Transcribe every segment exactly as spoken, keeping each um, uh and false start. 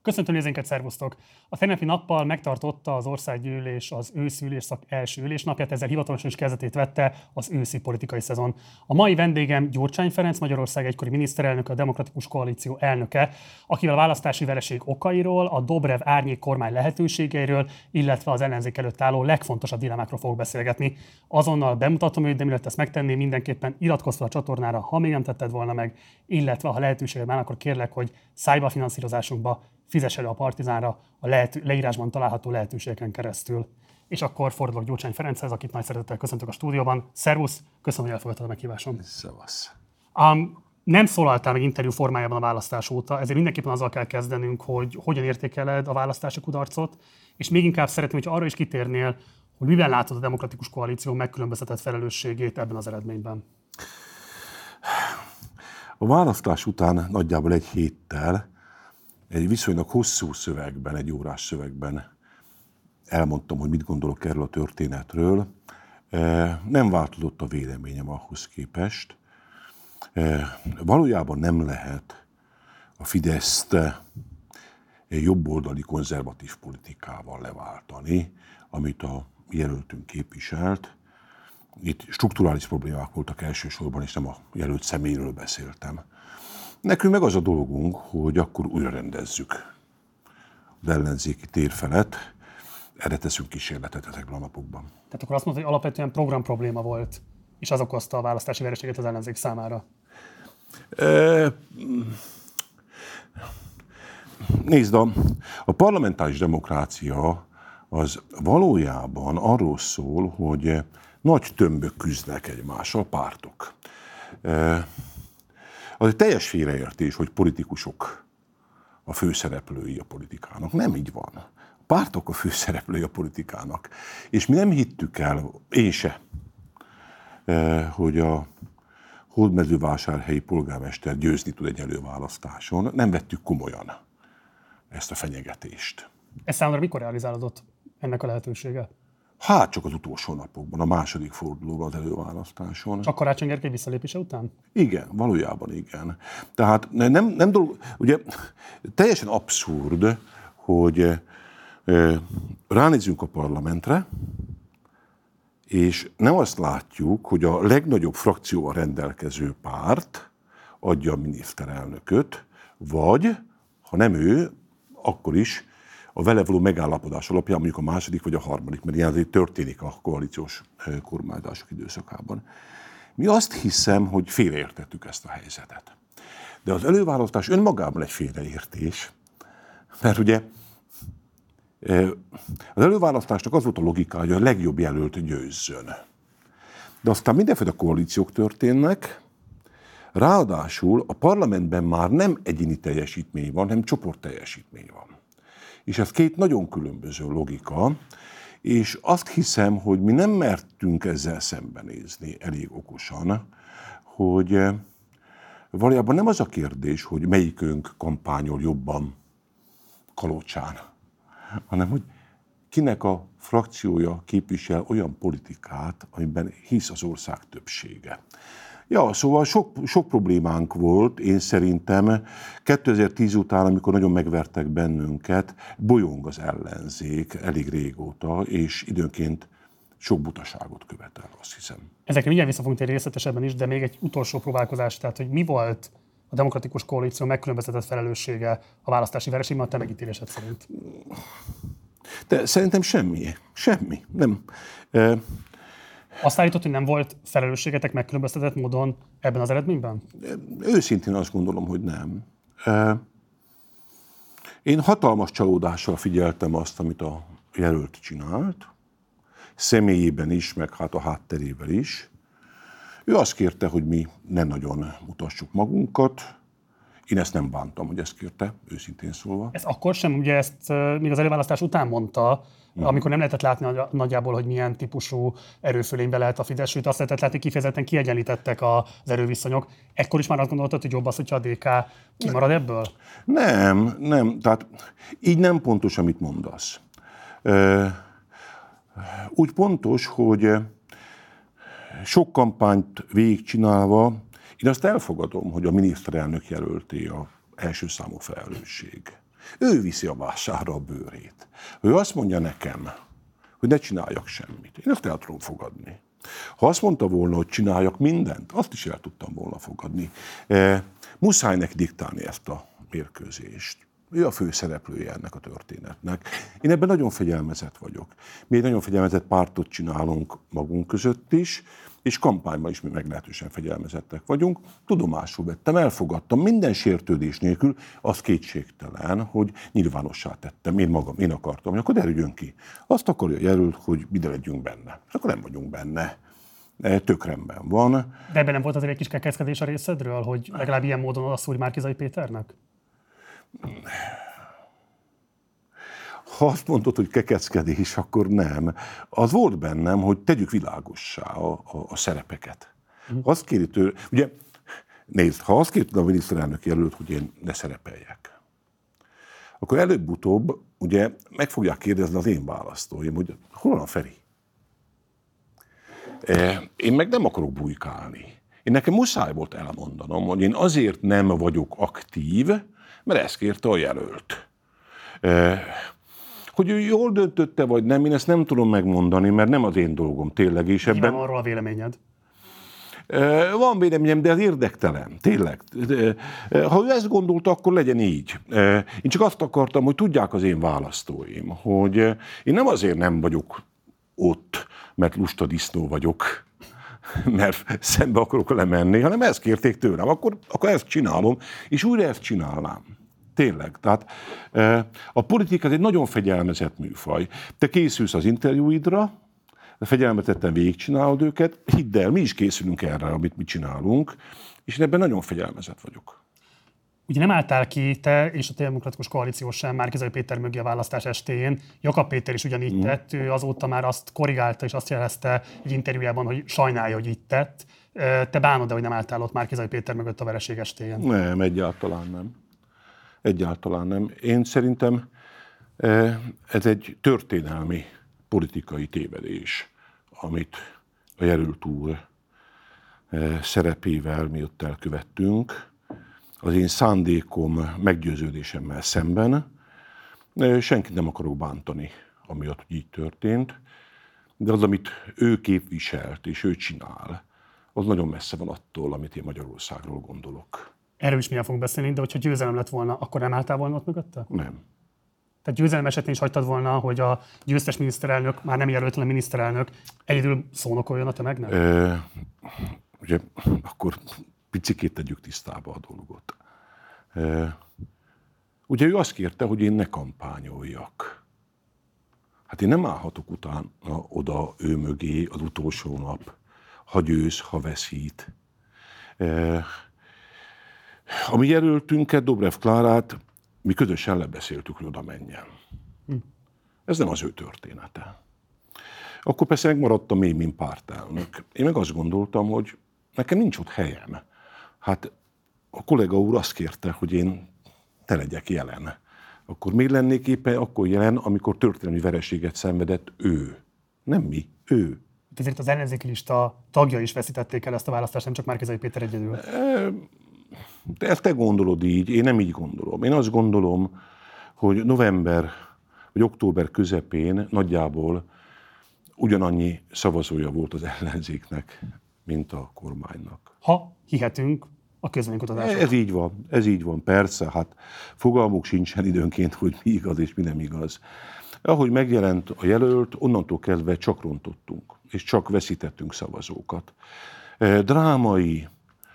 Köszöntöm nézőinket, szervusztok! A tegnapi nappal megtartotta az országgyűlés az őszi ülésszak első ülésnapját, ezzel hivatalosan is kezdetét vette az őszi politikai szezon. A mai vendégem Gyurcsány Ferenc, Magyarország egykori miniszterelnöke, a Demokratikus Koalíció elnöke, akivel a választási vereség okairól, a Dobrev árnyék kormány lehetőségeiről, illetve az ellenzék előtt álló legfontosabb dilemmákról fogok beszélgetni. Azonnal bemutatom őt, de mielőtt ezt megtenni, mindenképpen iratkozz fel a csatornára, ha még nem tetted volna meg, illetve ha lehetőséged van, akkor kérlek, hogy szállj be a finanszírozásunkba, fizess elő a Partizánra a lehető, leírásban található lehetőségeken keresztül. És akkor fordulok Gyurcsány Ferenchez, akit nagy szeretettel köszöntök a stúdióban. Szervusz, köszönöm, hogy elfogadtad a meghívásom. Szevasz. Um, nem szólaltál meg interjú formájában a választás óta, ezért mindenképpen azzal kell kezdenünk, hogy hogyan értékeled a választási kudarcot, és még inkább szeretném, hogy arra is kitérnél, hogy miben látod a Demokratikus Koalíció megkülönböztetett felelősségét ebben az eredményben. A választás után nagyjából egy héttel egy viszonylag hosszú szövegben, egy órás szövegben elmondtam, hogy mit gondolok erről a történetről. Nem változott a véleményem ahhoz képest. Valójában nem lehet a Fideszt jobboldali konzervatív politikával leváltani, amit a jelöltünk képviselt. Itt strukturális problémák voltak elsősorban, és nem a jelölt személyről beszéltem. Nekünk meg az a dolgunk, hogy akkor újra rendezzük az ellenzéki tér felett. Erre teszünk kísérletet ezekben a napokban. Tehát akkor azt mondod, hogy alapvetően program probléma volt, és az okozta a választási vereséget az ellenzék számára? E, nézd, a, a parlamentáris demokrácia az valójában arról szól, hogy nagy tömbök küzdnek egymással, pártok. E, az egy teljes félreértés, hogy politikusok a főszereplői a politikának. Nem így van. A pártok a főszereplői a politikának. És mi nem hittük el, én se, hogy a hódmezővásárhelyi polgármester győzni tud egy előválasztáson. Nem vettük komolyan ezt a fenyegetést. Ez számomra mikor realizálódott ennek a lehetősége? Hát csak az utolsó napokban, a második fordulóban az előválasztáson. Csak Karácsony Gergely visszalépése után? Igen, valójában igen. Tehát nem, nem dolog, ugye teljesen abszurd, hogy ránézzünk a parlamentre, és nem azt látjuk, hogy a legnagyobb frakcióval rendelkező párt adja a miniszterelnököt, vagy, ha nem ő, akkor is a vele való megállapodás alapján mondjuk a második vagy a harmadik, mert ilyen azért történik a koalíciós kormányzások időszakában. Mi azt hiszem, hogy félreértettük ezt a helyzetet. De az előválasztás önmagában egy félreértés, mert ugye az előválasztásnak az volt a logika, hogy a legjobb jelölt győzzön. De aztán mindenféle koalíciók történnek, ráadásul a parlamentben már nem egyéni teljesítmény van, hanem csoportteljesítmény van. És ez két nagyon különböző logika, és azt hiszem, hogy mi nem mertünk ezzel szembenézni elég okosan, hogy valójában nem az a kérdés, hogy melyikünk kampányol jobban Kalocsán, hanem hogy kinek a frakciója képvisel olyan politikát, amiben hisz az ország többsége. Ja, szóval sok, sok problémánk volt, én szerintem kétezer-tíz után, amikor nagyon megvertek bennünket, bolyong az ellenzék elég régóta, és időnként sok butaságot követel, azt hiszem. Ezekre mindjárt vissza fogunk térni részletesebben is, de még egy utolsó próbálkozás, tehát hogy mi volt a Demokratikus Koalíció megkülönböztetett felelőssége a választási vereségben a te megítélésed szerint? De szerintem semmi. Semmi. Nem. Azt állított, hogy nem volt felelősségetek megkülönböztetett módon ebben az eredményben? Őszintén azt gondolom, hogy nem. Én hatalmas csalódással figyeltem azt, amit a jelölt csinált, személyében is, meg hát a hátterével is. Ő azt kérte, hogy mi ne nagyon mutassuk magunkat. Én ezt nem bántam, hogy ezt kérte, őszintén szólva. Ez akkor sem, ugye ezt még az előválasztás után mondta, mm. amikor nem lehetett látni nagyjából, hogy milyen típusú erőfölénybe lehet a Fidesz, sőt azt lehetett látni, hogy kifejezetten kiegyenlítettek az erőviszonyok. Ekkor is már azt gondoltad, hogy jobb az, hogyha a dé ká kimarad ebből? Nem, nem. Tehát így nem pontos, amit mondasz. Úgy pontos, hogy sok kampányt végigcsinálva, én azt elfogadom, hogy a miniszterelnök jelölté a első számú felelősség. Ő viszi a vására a bőrét. Ő azt mondja nekem, hogy ne csináljak semmit. Én ezt el tudom fogadni. Ha azt mondta volna, hogy csináljak mindent, azt is el tudtam volna fogadni. E, muszáj neki diktálni ezt a mérkőzést. Ő a főszereplője ennek a történetnek. Én ebben nagyon fegyelmezett vagyok. Mi egy nagyon fegyelmezett pártot csinálunk magunk között is, és kampányban is mi meglehetősen fegyelmezettek vagyunk. Tudomásul vettem, elfogadtam minden sértődés nélkül, az kétségtelen, hogy nyilvánossá tettem. Én magam, én akartam, hogy akkor derüljön ki. Azt akarja jelölt, hogy ide legyünk benne. És akkor nem vagyunk benne. Tök rendben van. De ebben nem volt azért egy kis kekeckedés a részedről, hogy legalább ilyen módon odaszúrj Márki-Zay Péternek? Ha azt mondod, hogy kekeckedés, akkor nem. Az volt bennem, hogy tegyük világossá a, a, a szerepeket. Mm. Azt kéri tőle, ugye, nézd, ha azt kérte a miniszterelnök jelölt, hogy én ne szerepeljek, akkor előbb-utóbb ugye meg fogják kérdezni az én választóim, hogy hol van a Feri? Én meg nem akarok bujkálni. Én nekem muszáj volt elmondanom, hogy én azért nem vagyok aktív, mert ezt kérte a jelölt. Hogy ő jól döntötte, vagy nem, én ezt nem tudom megmondani, mert nem az én dolgom tényleg. És ebben... Nyilván arról a véleményed. Van véleményem, de az érdektelen, tényleg. Ha ő ezt gondolta, akkor legyen így. Én csak azt akartam, hogy tudják az én választóim, hogy én nem azért nem vagyok ott, mert lusta disznó vagyok, mert szembe akarok lemenni, hanem ezt kérték tőlem, akkor, akkor ezt csinálom, és újra ezt csinálnám. Tényleg. Tehát a politika egy nagyon fegyelmezett műfaj. Te készülsz az interjúidra, fegyelmezetten végigcsinálod őket, hidd el, mi is készülünk erre, amit mi csinálunk, és én ebben nagyon fegyelmezett vagyok. Ugye nem álltál ki te és a Demokratikus Koalíció sem Márki-Zay Péter mögé a választás estéjén. Jakab Péter is ugyanígy mm. tett, ő azóta már azt korrigálta és azt jelezte egy interjújában, hogy sajnálja, hogy így tett. Te bánod-e, hogy nem álltál ott Márki-Zay Péter mögött a vereség estéjén? Nem, egyáltalán nem. Egyáltalán nem. Én szerintem ez egy történelmi politikai tévedés, amit a jelölt úr szerepével mi ott elkövettünk. Az én szándékom meggyőződésemmel szemben. Senkit nem akarok bántani, amiatt, hogy így történt, de az, amit ő képviselt és ő csinál, az nagyon messze van attól, amit én Magyarországról gondolok. Erről is milyen fogunk beszélni, de hogyha győzelem lett volna, akkor nem álltál volna ott mögötte? Nem. Tehát győzelem esetén is hagytad volna, hogy a győztes miniszterelnök, már nem jelöltlen miniszterelnök, egyedül szónokoljon a tömegnek? E, ugye, akkor picikét tegyük tisztába a dolgot. E, ugye ő azt kérte, hogy én ne kampányoljak. Hát én nem állhatok utána oda ő mögé az utolsó nap, ha győz, ha veszít. E, a mi jelöltünket, Dobrev Klárát, mi közösen lebeszéltük, hogy oda menjen. Hm. Ez nem az ő története. Akkor persze megmaradtam én, mint pártelnök. Én meg azt gondoltam, hogy nekem nincs ott helyem. Hát a kollega úr azt kérte, hogy én te legyek jelen. Akkor miért lennék éppen akkor jelen, amikor történelmi vereséget szenvedett ő? Nem mi, ő. Ezért az ellenzéki lista tagja is veszítették el ezt a választást, nem csak Márki-Zay Péter egyedül. E, te ezt te gondolod így, én nem így gondolom. Én azt gondolom, hogy november vagy október közepén nagyjából ugyanannyi szavazója volt az ellenzéknek, mint a kormánynak. Ha hihetünk a közvéleménykutatásoknak. Ez így van, ez így van, persze, hát fogalmuk sincsen időnként, hogy mi igaz és mi nem igaz. Ahogy megjelent a jelölt, onnantól kezdve csak rontottunk, és csak veszítettünk szavazókat. Drámai,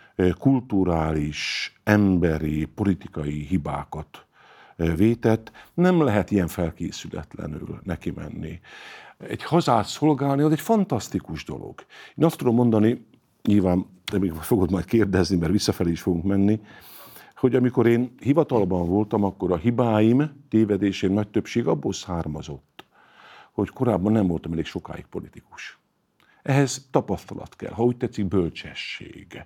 kulturális, emberi, politikai hibákat vétett, nem lehet ilyen felkészületlenül neki menni. Egy hazát szolgálni, az egy fantasztikus dolog. Én azt tudom mondani, nyilván de még fogod majd kérdezni, mert visszafelé is fogunk menni, hogy amikor én hivatalban voltam, akkor a hibáim, tévedésém nagy többség abból származott, hogy korábban nem voltam elég sokáig politikus. Ehhez tapasztalat kell, ha úgy tetszik, bölcsesség.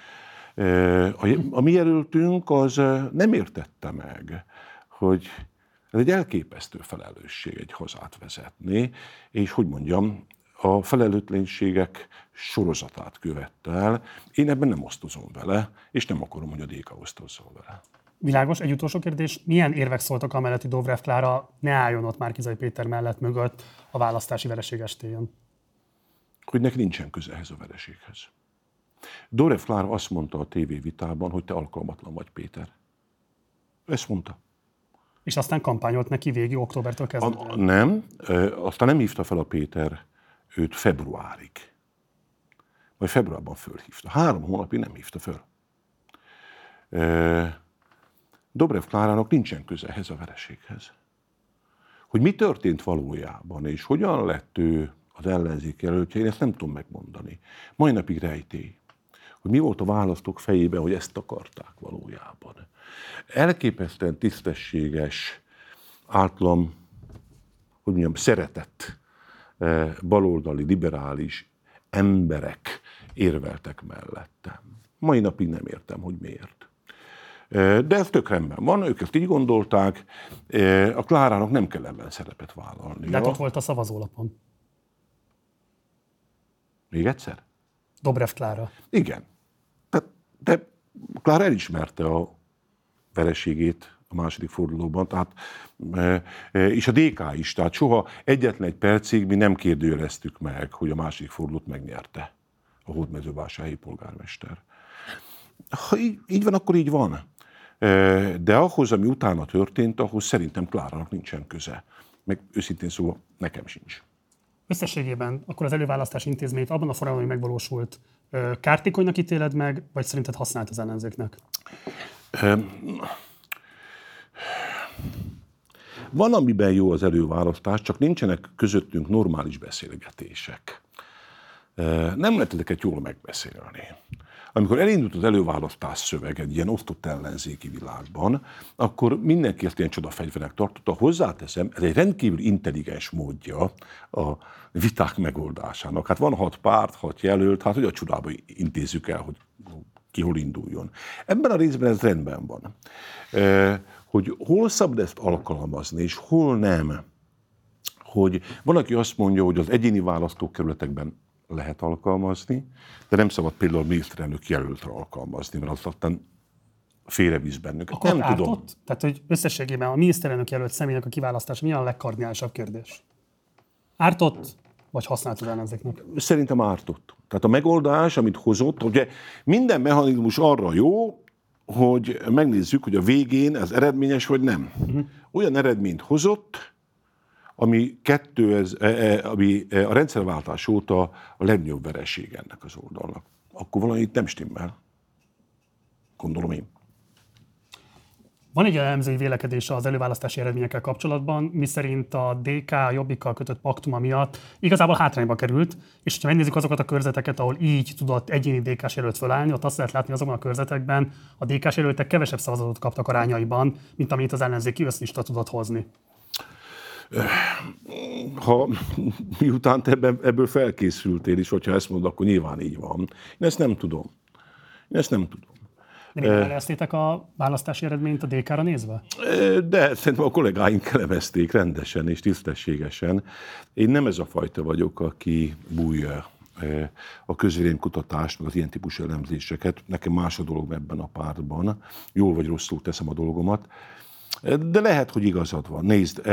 A mi jelöltünk az nem értette meg, hogy ez egy elképesztő felelősség egy hazát vezetni, és hogy mondjam, a felelőtlenségek sorozatát követte el. Én ebben nem osztozom vele, és nem akarom, hogy a dé ká osztozzon vele. Világos. Egy utolsó kérdés. Milyen érvek szóltak amellett, hogy Dobrev Klára ne álljon ott Márki-Zay Péter mellett mögött a választási vereség estéjén? Hogy neki nincsen köze ehhez a vereséghez. Dobrev Klára azt mondta a tévévitában, hogy te alkalmatlan vagy, Péter. Ezt mondta. És aztán kampányolt neki végig októbertől kezdve. A, nem, e, aztán nem hívta fel a Péter őt februárig. Vagy februárban fölhívta. Három hónapig nem hívta föl. E, Dobrev Klárának nincsen köze ehhez a vereséghez. Hogy mi történt valójában, és hogyan lett ő az ellenzék jelöltje, én ezt nem tudom megmondani. Mai napig rejtély. Hogy mi volt a választók fejében, hogy ezt akarták valójában. Elképesztően tisztességes, általam, hogy mondjam, szeretett baloldali, liberális emberek érveltek mellettem. Mai napig nem értem, hogy miért. De ez tök rendben van, ők ezt így gondolták, a Klárának nem kell ebben szerepet vállalni. De ott volt a szavazólapon. Még egyszer? Dobrev Klára. Igen. De, de Klára elismerte a vereségét a második fordulóban, tehát, és a dé ká is, tehát soha egyetlen egy percig mi nem kérdőjeleztük meg, hogy a második fordulót megnyerte a hódmezővásárhelyi polgármester. Ha így, így van, akkor így van. De ahhoz, ami utána történt, ahhoz szerintem Klárának nincsen köze. Meg őszintén szóval nekem sincs. Összességében akkor az előválasztás intézményt abban a formában, hogy megvalósult, kártékonynak ítéled meg, vagy szerinted használt az ellenzéknek? Van, amiben jó az előválasztás, csak nincsenek közöttünk normális beszélgetések. Nem lehet ezeket jól megbeszélni. Amikor elindult az előválasztás szöveg egy ilyen osztott ellenzéki világban, akkor mindenki ezt ilyen csodafegyvernek tartotta. Hozzáteszem, ez egy rendkívül intelligens módja a viták megoldásának. Hát van hat párt, hat jelölt, hát hogy a csodába intézzük el, hogy ki hol induljon. Ebben a részben ez rendben van. Hogy hol szabad ezt alkalmazni, és hol nem. Hogy van, aki azt mondja, hogy az egyéni választókerületekben lehet alkalmazni, de nem szabad például a miniszterelnök jelöltre alkalmazni, mert az aztán félrevisz bennünket. Akkor nem ártott? tudom. Tehát, hogy összességében a miniszterelnök jelölt személynek a kiválasztása mi a legkardinálisabb kérdés? Ártott, vagy használt az ellenzéknek? Szerintem ártott. Tehát a megoldás, amit hozott, ugye minden mechanizmus arra jó, hogy megnézzük, hogy a végén ez eredményes, vagy nem. Uh-huh. Olyan eredményt hozott, ami, kettő, ez, ami a rendszerváltás óta a legnagyobb vereség ennek az oldalnak. Akkor valami itt nem stimmel. Gondolom én. Van egy elemzői vélekedése az előválasztási eredményekkel kapcsolatban, miszerint a dé ká a Jobbikkal kötött paktuma miatt igazából hátrányba került, és ha megnézzük azokat a körzeteket, ahol így tudott egyéni dé ká-s jelölt fölállni, ott azt lehet látni, azokban a körzetekben a dé ká-s jelöltek kevesebb szavazatot kaptak arányaiban, mint amit az ellenzéki összlista tudott hozni. Ha miután te ebből felkészültél is, hogyha ezt mondod, akkor nyilván így van. Én ezt nem tudom. Én ezt nem tudom. De még elemeztétek a választási eredményt a dé ká-ra nézve? De szerintem a kollégáink elemezték rendesen és tisztességesen. Én nem ez a fajta vagyok, aki bújja a közvéleménykutatást, meg az ilyen típusú elemzéseket. Nekem más a dolog ebben a pártban. Jól vagy rosszul teszem a dolgomat. De lehet, hogy igazad van. Nézd,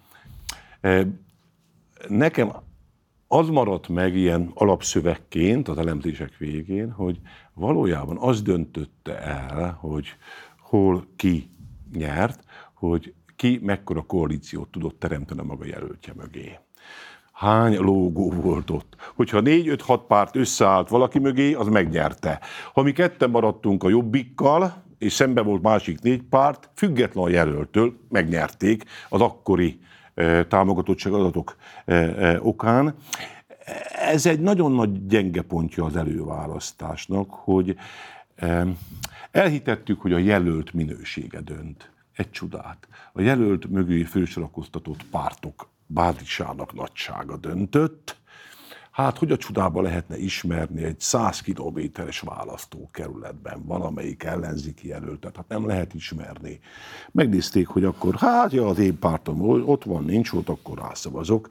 nekem az maradt meg ilyen alapszövegként az elemzések végén, hogy valójában az döntötte el, hogy hol ki nyert, hogy ki mekkora koalíciót tudott teremteni a maga jelöltje mögé. Hány lógó volt ott? Hogyha négy, öt, hat párt összeállt valaki mögé, az megnyerte. Ha mi ketten maradtunk a Jobbikkal, és szemben volt másik négy párt, független a jelöltől megnyerték az akkori eh, támogatottság adatok eh, eh, okán. Ez egy nagyon nagy gyenge pontja az előválasztásnak, hogy eh, elhitettük, hogy a jelölt minősége dönt. Egy csodát. A jelölt mögé fősorakoztatott pártok bázisának nagysága döntött. Hát, hogy a csodába lehetne ismerni egy száz kilométeres választókerületben valamelyik ellenzéki jelöltet? Hát nem lehet ismerni. Megnézték, hogy akkor, hát ja, az én pártom ott van, nincs ott, akkor rászavazok.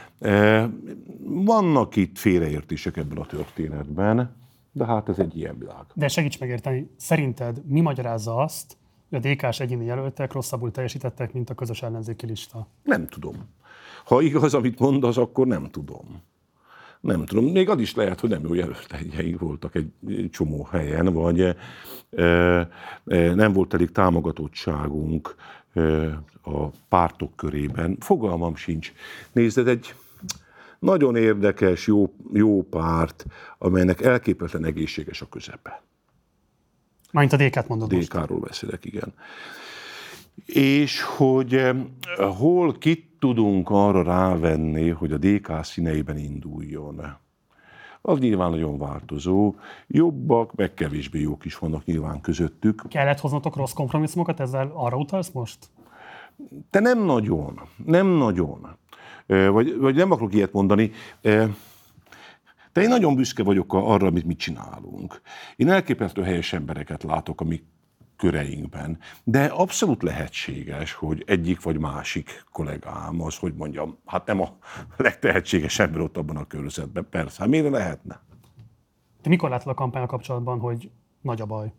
Vannak itt félreértések ebben a történetben, de hát ez egy ilyen világ. De segíts megérteni, szerinted mi magyarázza azt, hogy a dé ká-s egyéni jelöltek rosszabbul teljesítettek, mint a közös ellenzéki lista? Nem tudom. Ha igaz, amit mondasz, akkor nem tudom. Nem tudom. Még az is lehet, hogy nem jó jelöltjeink voltak egy csomó helyen, vagy e, e, nem volt elég támogatottságunk e, a pártok körében. Fogalmam sincs. Nézd, egy nagyon érdekes, jó, jó párt, amelynek elképesztően egészséges a közepe. Mint a dé ká-t mondod dé ká-ról beszélek, igen. És hogy eh, hol kit tudunk arra rávenni, hogy a dé ká színeiben induljon. Az nyilván nagyon változó. Jobbak, meg kevésbé jók is vannak nyilván közöttük. Kellett hoznotok rossz kompromisszumokat, ezzel arra utalsz most? De nem nagyon, nem nagyon. Eh, vagy, vagy nem akarok ilyet mondani. Eh, De én nagyon büszke vagyok arra, amit mi csinálunk. Én elképesztő helyes embereket látok a mi köreinkben, de abszolút lehetséges, hogy egyik vagy másik kollégám az, hogy mondjam, hát nem a legtehetségesebb ember ott abban a körzetben. Persze, hát miért lehetne? Te mikor látod a kampánnyal kapcsolatban, hogy nagy a baj?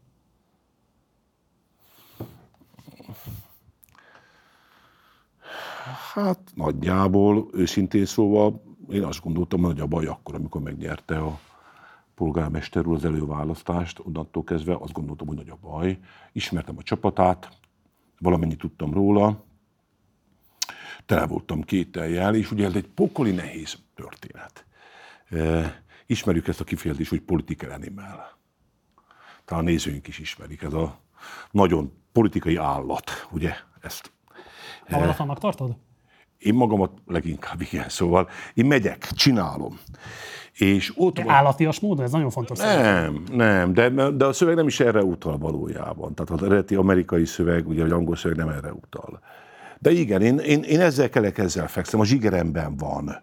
Hát nagyjából, őszintén szóval, én azt gondoltam, hogy a baj akkor, amikor megnyerte a polgármester úr az előválasztást, onnantól kezdve azt gondoltam, hogy nagy a baj. Ismertem a csapatát, valamennyit tudtam róla, tele voltam kétellyel, és ugye ez egy pokoli nehéz történet. Ismerjük ezt a kifejezést, hogy political animal. Talán a nézőink is ismerik, ez a nagyon politikai állat, ugye ezt. Magadat annak tartod? Én magamat leginkább igen, szóval én megyek, csinálom. És ott De van... állatias módon? Ez nagyon fontos. Nem, nem, de, de a szöveg nem is erre utal valójában. Tehát az eredeti amerikai szöveg, ugye, vagy angol szöveg nem erre utal. De igen, én, én, én ezzel kelek, ezzel fekszem, a zsigeremben van,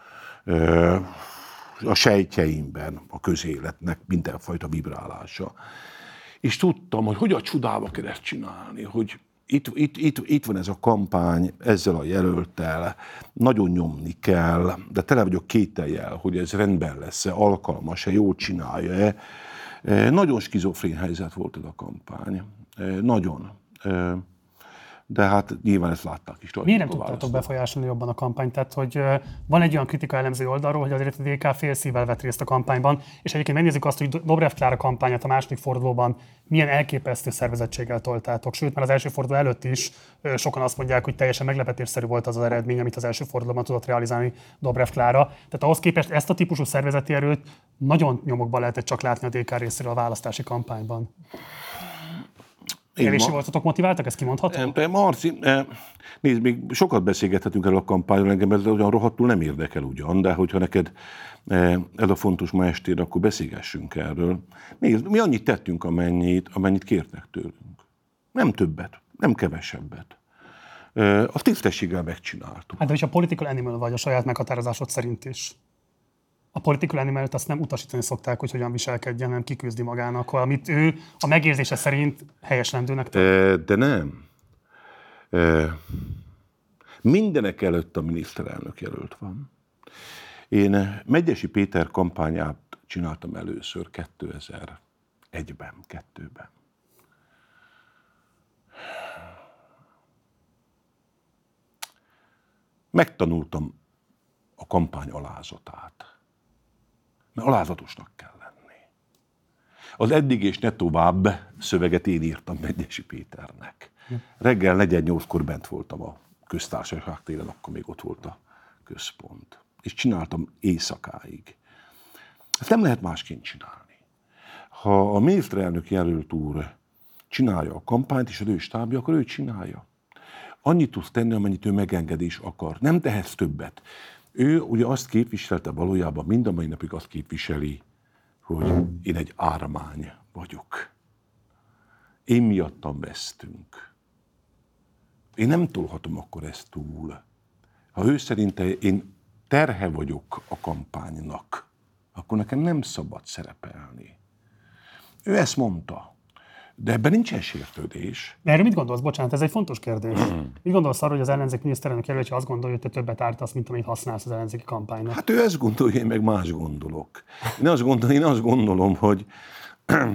a sejtjeimben, a közéletnek mindenfajta vibrálása. És tudtam, hogy hogy a csodába kell ezt csinálni, hogy Itt, itt, itt, itt van ez a kampány, ezzel a jelölttel, nagyon nyomni kell, de tele vagyok kétellyel, hogy ez rendben lesz-e, alkalmas-e, jól csinálja-e. Nagyon skizofrén helyzet volt ez a kampány. Nagyon. De hát nyilván ezt látták is. Miért nem tudtátok befolyásolni jobban a kampányt? Tehát, hogy van egy olyan kritika elemző oldalról, hogy azért a dé ká fél szívvel vett részt a kampányban, és egyébként megnézzük azt, hogy Dobrev Klára kampányát a második fordulóban milyen elképesztő szervezettséggel toltátok. Sőt, már az első forduló előtt is sokan azt mondják, hogy teljesen meglepetésszerű volt az az eredmény, amit az első fordulóban tudott realizálni Dobrev Klára. Tehát ahhoz képest ezt a típusú szervezeti erőt nagyon nyomokban lehetett csak látni a dé ká részéről a választási kampányban. Kevéssé voltatok motiváltak, ezt kimondhatom? De Marci, nézd, még sokat beszélgethetünk erről a kampányról, engem ez olyan rohadtul nem érdekel ugyan, de hogyha neked ez a fontos ma estére, akkor beszélgessünk erről. Nézd, mi annyit tettünk, amennyit, amennyit kértek tőlünk. Nem többet, nem kevesebbet. A tisztességgel megcsináltuk. Hát de hogyha political animal vagy a saját meghatározásod szerint is. A political animal-t azt nem utasítani szokták, hogy hogyan viselkedjen, hanem kiküzdi magának, amit ő a megérzése szerint helyeslendőnek tart. De nem. Mindenek előtt a miniszterelnök jelölt van. Én Medgyessy Péter kampányát csináltam először kétezer-egyben, kettőben. Megtanultam a kampány alázatát. Mert alázatosnak kell lenni. Az eddig és ne tovább szöveget én írtam Medgyessy Péternek. Reggel negyven nyolckor bent voltam a Köztársaság téren, akkor még ott volt a központ. És csináltam éjszakáig. Ezt nem lehet másként csinálni. Ha a miniszterelnök jelölt úr csinálja a kampányt, és az ő stábja, akkor ő csinálja. Annyit tudsz tenni, amennyit ő megengedés akar. Nem tehetsz többet. Ő ugye azt képviselte valójában, mind a mai napig azt képviseli, hogy én egy ármány vagyok. Én miattam vesztünk. Én nem tolhatom akkor ezt túl. Ha ő szerinte én terhe vagyok a kampánynak, akkor nekem nem szabad szerepelni. Ő ezt mondta. De ebben nincsen sértődés. De erről mit gondolsz? Bocsánat, ez egy fontos kérdés. Mit gondolsz arról, hogy az ellenzék miniszterelnök jelöltje azt gondolja, hogy te többet ártasz, mint amit használsz az ellenzéki kampánynak? Hát ő ezt gondolja, én meg más gondolok. Én azt gondolom, én azt gondolom hogy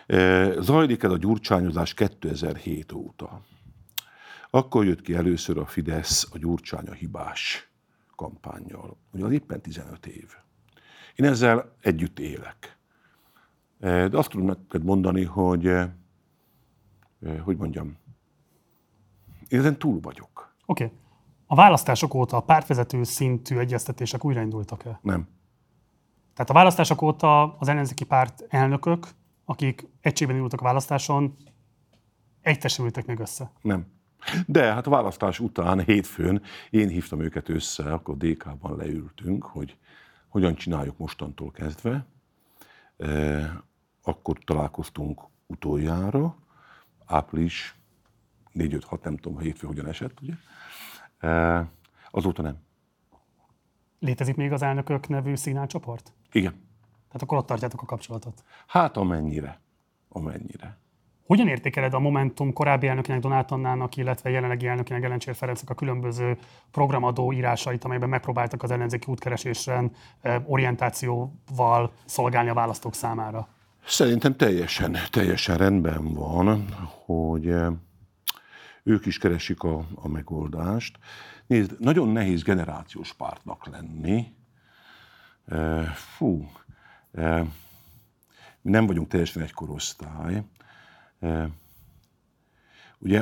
Zajlik el a gyurcsányozás kétezer-hét óta. Akkor jött ki először a Fidesz a Gyurcsány a hibás kampánnyal. Ugye az éppen tizenöt év. Én ezzel együtt élek. De azt tudom neked mondani, hogy, hogy mondjam, én ezen túl vagyok. Oké. Okay. A választások óta a pártvezető szintű egyeztetések újraindultak-e? Nem. Tehát a választások óta az ellenzéki párt elnökök, akik egységben indultak a választáson, egytesültek meg össze? Nem. De hát a választás után, hétfőn én hívtam őket össze, akkor dé ká-ban leültünk, hogy hogyan csináljuk mostantól kezdve. E, akkor találkoztunk utoljára, április négy öt hat, nem tudom, ha hétfő hogyan esett, ugye? E, azóta nem. Létezik még az elnökök nevű szignálcsoport? Igen. Tehát akkor ott tartjátok a kapcsolatot? Hát amennyire. Amennyire. Hogyan értékeled a Momentum korábbi elnökének, Donát Annának, illetve jelenlegi elnökének, Gelencsér Ferencnek a különböző programadó írásait, amelyben megpróbáltak az ellenzéki útkeresésen orientációval szolgálni a választók számára? Szerintem teljesen, teljesen rendben van, hogy ők is keresik a, a megoldást. Nézd, nagyon nehéz generációs pártnak lenni. Fú, mi nem vagyunk teljesen egy korosztály. Ugye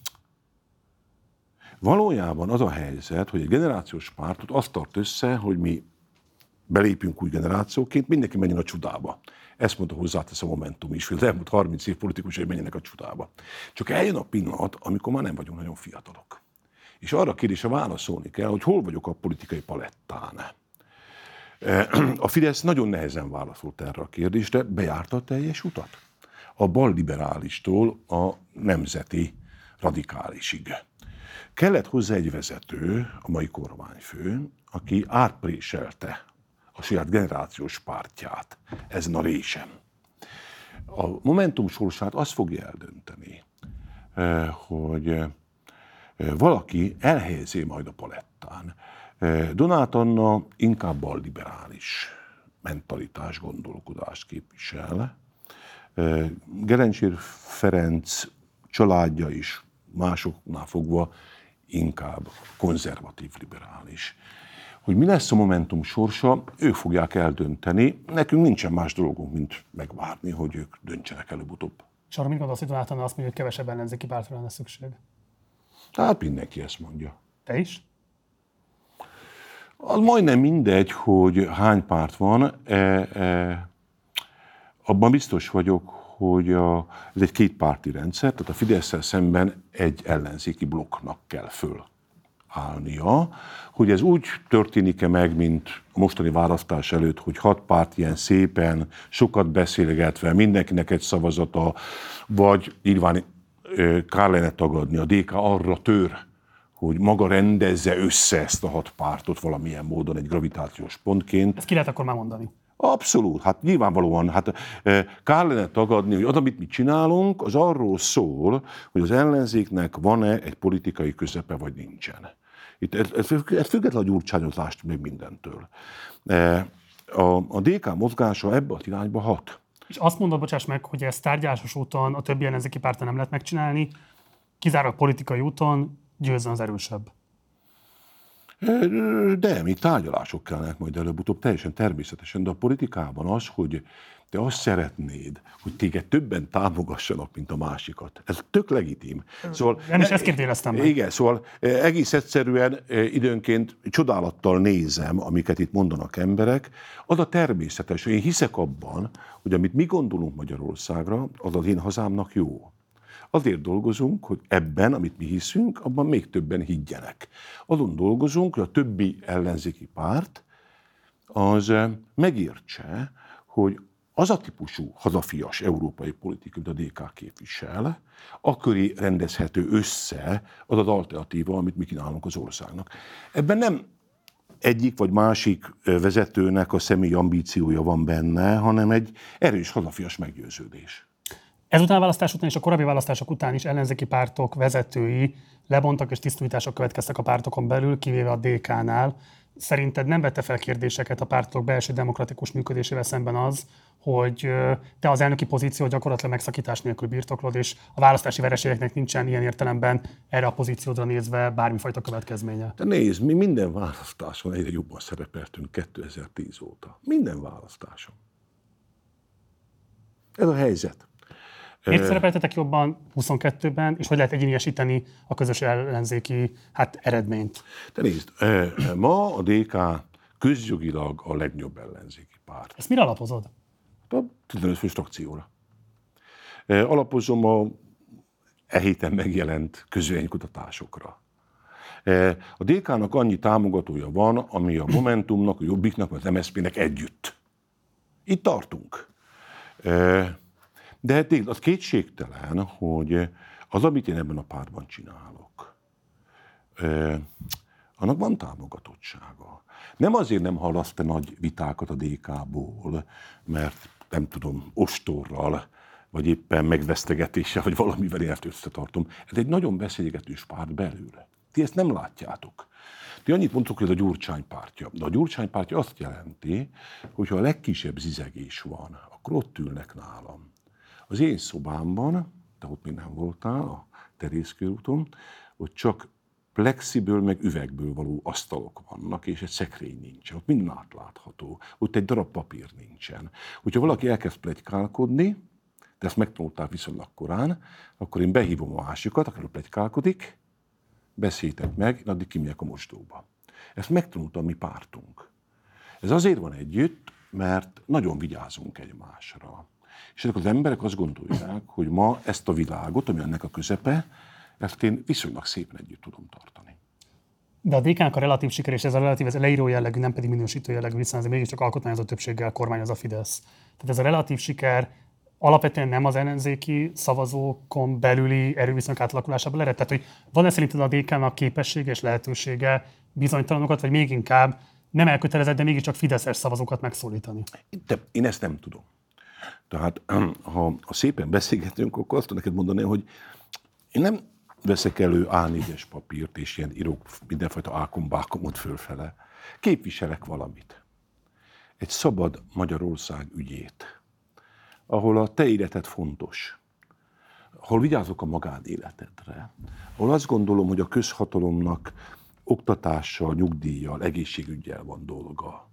valójában az a helyzet, hogy egy generációs pártot azt tart össze, hogy mi belépjünk új generációként, mindenki menjen a csudába. Ezt mondta, hozzátesz a Momentum is, hogy az elmúlt harminc év politikusai menjenek a csudába. Csak eljön a pillanat, amikor már nem vagyunk nagyon fiatalok. És arra a kérdésre válaszolni kell, hogy hol vagyok a politikai palettán. A Fidesz nagyon nehezen válaszolt erre a kérdésre, bejárta a teljes utat. A balliberálistól a nemzeti radikálisig. Kellett hozzá egy vezető, a mai kormányfő, aki átpréselte a saját generációs pártját ezen a résen. A Momentum sorsát azt fogja eldönteni, hogy valaki elhelyezi majd a palettán. Donát Anna inkább balliberális mentalitás, gondolkodást képvisel. Gelencsér Ferenc családja is másoknál fogva inkább konzervatív liberális. Hogy mi lesz a Momentum sorsa, ők fogják eldönteni. Nekünk nincsen más dolgunk, mint megvárni, hogy ők döntsenek előbb-utóbb. És arra mit gondolsz, hogy Donát Anna azt mondja, hogy kevesebb ellenzéki pártra lenne szükség? Hát mindenki ezt mondja. Te is? Az majdnem mindegy, hogy hány párt van. E, e, abban biztos vagyok, hogy a, ez egy kétpárti rendszer, tehát a Fidesszel szemben egy ellenzéki blokknak kell fölállnia. Hogy ez úgy történik-e meg, mint a mostani választás előtt, hogy hat párt ilyen szépen, sokat beszélgetve, mindenkinek egy szavazata, vagy nyilván kár lenne tagadni, a dé ká arra tör, hogy maga rendezze össze ezt a hat pártot valamilyen módon egy gravitációs pontként. Ezt ki lehet akkor már mondani? Abszolút, hát nyilvánvalóan, hát kár lenne tagadni, hogy az, amit mi csinálunk, az arról szól, hogy az ellenzéknek van-e egy politikai közepe, vagy nincsen. Itt ez, ez, ez független a gyurcsányozást még mindentől. A, a dé ká mozgása ebbe a irányba hat. És azt mondod, bocsáss meg, hogy ezt tárgyalásos úton a többi ellenzéki párton nem lehet megcsinálni, kizárólag politikai úton győzzön az erősebb. De még tárgyalások kellene majd előbb-utóbb, teljesen természetesen, de a politikában az, hogy te azt szeretnéd, hogy téged többen támogassanak, mint a másikat. Ez tök legitim. Szóval, nem is ezt kérdeztem meg. Igen, szóval egész egyszerűen időnként csodálattal nézem, amiket itt mondanak emberek. Az a természetes, hogy én hiszek abban, hogy amit mi gondolunk Magyarországra, az az én hazámnak jó. Azért dolgozunk, hogy ebben, amit mi hiszünk, abban még többen higgyenek. Azon dolgozunk, hogy a többi ellenzéki párt az megértse, hogy az a típusú hazafias európai politika, amit a dé ká képvisel, akkori rendezhető össze az az alternatíva, amit mi kínálunk az országnak. Ebben nem egyik vagy másik vezetőnek a személyi ambíciója van benne, hanem egy erős hazafias meggyőződés. Ezután a választás után és a korábbi választások után is ellenzéki pártok vezetői lebontak és tisztújítások következtek a pártokon belül, kivéve a dé ká-nál. szerinted nem vette fel kérdéseket a pártok belső demokratikus működésével szemben az, hogy te az elnöki pozíció gyakorlatilag megszakítás nélkül birtoklod, és a választási vereségeknek nincsen ilyen értelemben erre a pozíciódra nézve bármifajta következménye? De nézd, mi minden választáson egyre jobban szerepeltünk kétezer-tíz óta. Minden választáson. Ez a helyzet. Miért szerepeltetek jobban huszonkettőben, és hogy lehet egyéniesíteni a közös ellenzéki hát, eredményt? De nézd, ma a dé ká közjogilag a legnagyobb ellenzéki párt. Ezt mire alapozod? A tizenöt fős frakcióra. Alapozom a e héten megjelent közvéleménykutatásokra. A dé ká-nak annyi támogatója van, ami a Momentumnak, a Jobbiknak, az em es zé pé-nek együtt. Itt tartunk. De tényleg az kétségtelen, hogy az, amit én ebben a pártban csinálok, annak van támogatottsága. Nem azért nem hallasz te nagy vitákat a dé ká-ból, mert nem tudom, ostorral, vagy éppen megvesztegetéssel, vagy valamivel én ezt összetartom. Ez egy nagyon beszélgetős párt belőle. Ti ezt nem látjátok. Ti annyit mondtok, hogy ez a Gyurcsány pártja. De a Gyurcsány pártja azt jelenti, hogy ha a legkisebb zizegés van, akkor ott ülnek nálam. Az én szobámban, te ott még nem voltál, a Terészkörúton, hogy csak plexiből, meg üvegből való asztalok vannak, és egy szekrény nincsen. Ott minden átlátható. Ott egy darab papír nincsen. Hogyha valaki elkezd pletykálkodni, de ezt megtanulták viszonylag korán, akkor én behívom a másikat, akiről pletykálkodik, beszéltek meg, én addig kimegyek a mosdóba. Ezt megtanulta a mi pártunk. Ez azért van együtt, mert nagyon vigyázunk egymásra. És ezek az emberek azt gondolják, hogy ma ezt a világot, ami ennek a közepe, ezt én viszonylag szépen együtt tudom tartani. De a dé ká-nak a relatív siker, és ez a relatív, ez leíró jellegű, nem pedig minősítő jellegű, viszont ez mégiscsak alkotmányozó többséggel kormányoz a Fidesz. Tehát ez a relatív siker alapvetően nem az ellenzéki szavazókon belüli erőviszonyok átalakulásából ered. Tehát, hogy van-e szerinted a dé ká-nak képessége és lehetősége bizonytalanokat, vagy még inkább nem elkötelezett, de mégiscsak fideszes szavazókat megszólítani? De én ezt nem tudom. Tehát ha, ha szépen beszélgetünk, akkor azt neked mondani, hogy én nem veszek elő á négyes papírt, és ilyen írok mindenfajta ákombákomot fölfele. Képviselek valamit. Egy szabad Magyarország ügyét, ahol a te életed fontos, ahol vigyázok a magánéletedre, ahol azt gondolom, hogy a közhatalomnak oktatással, nyugdíjjal, egészségüggyel van dolga.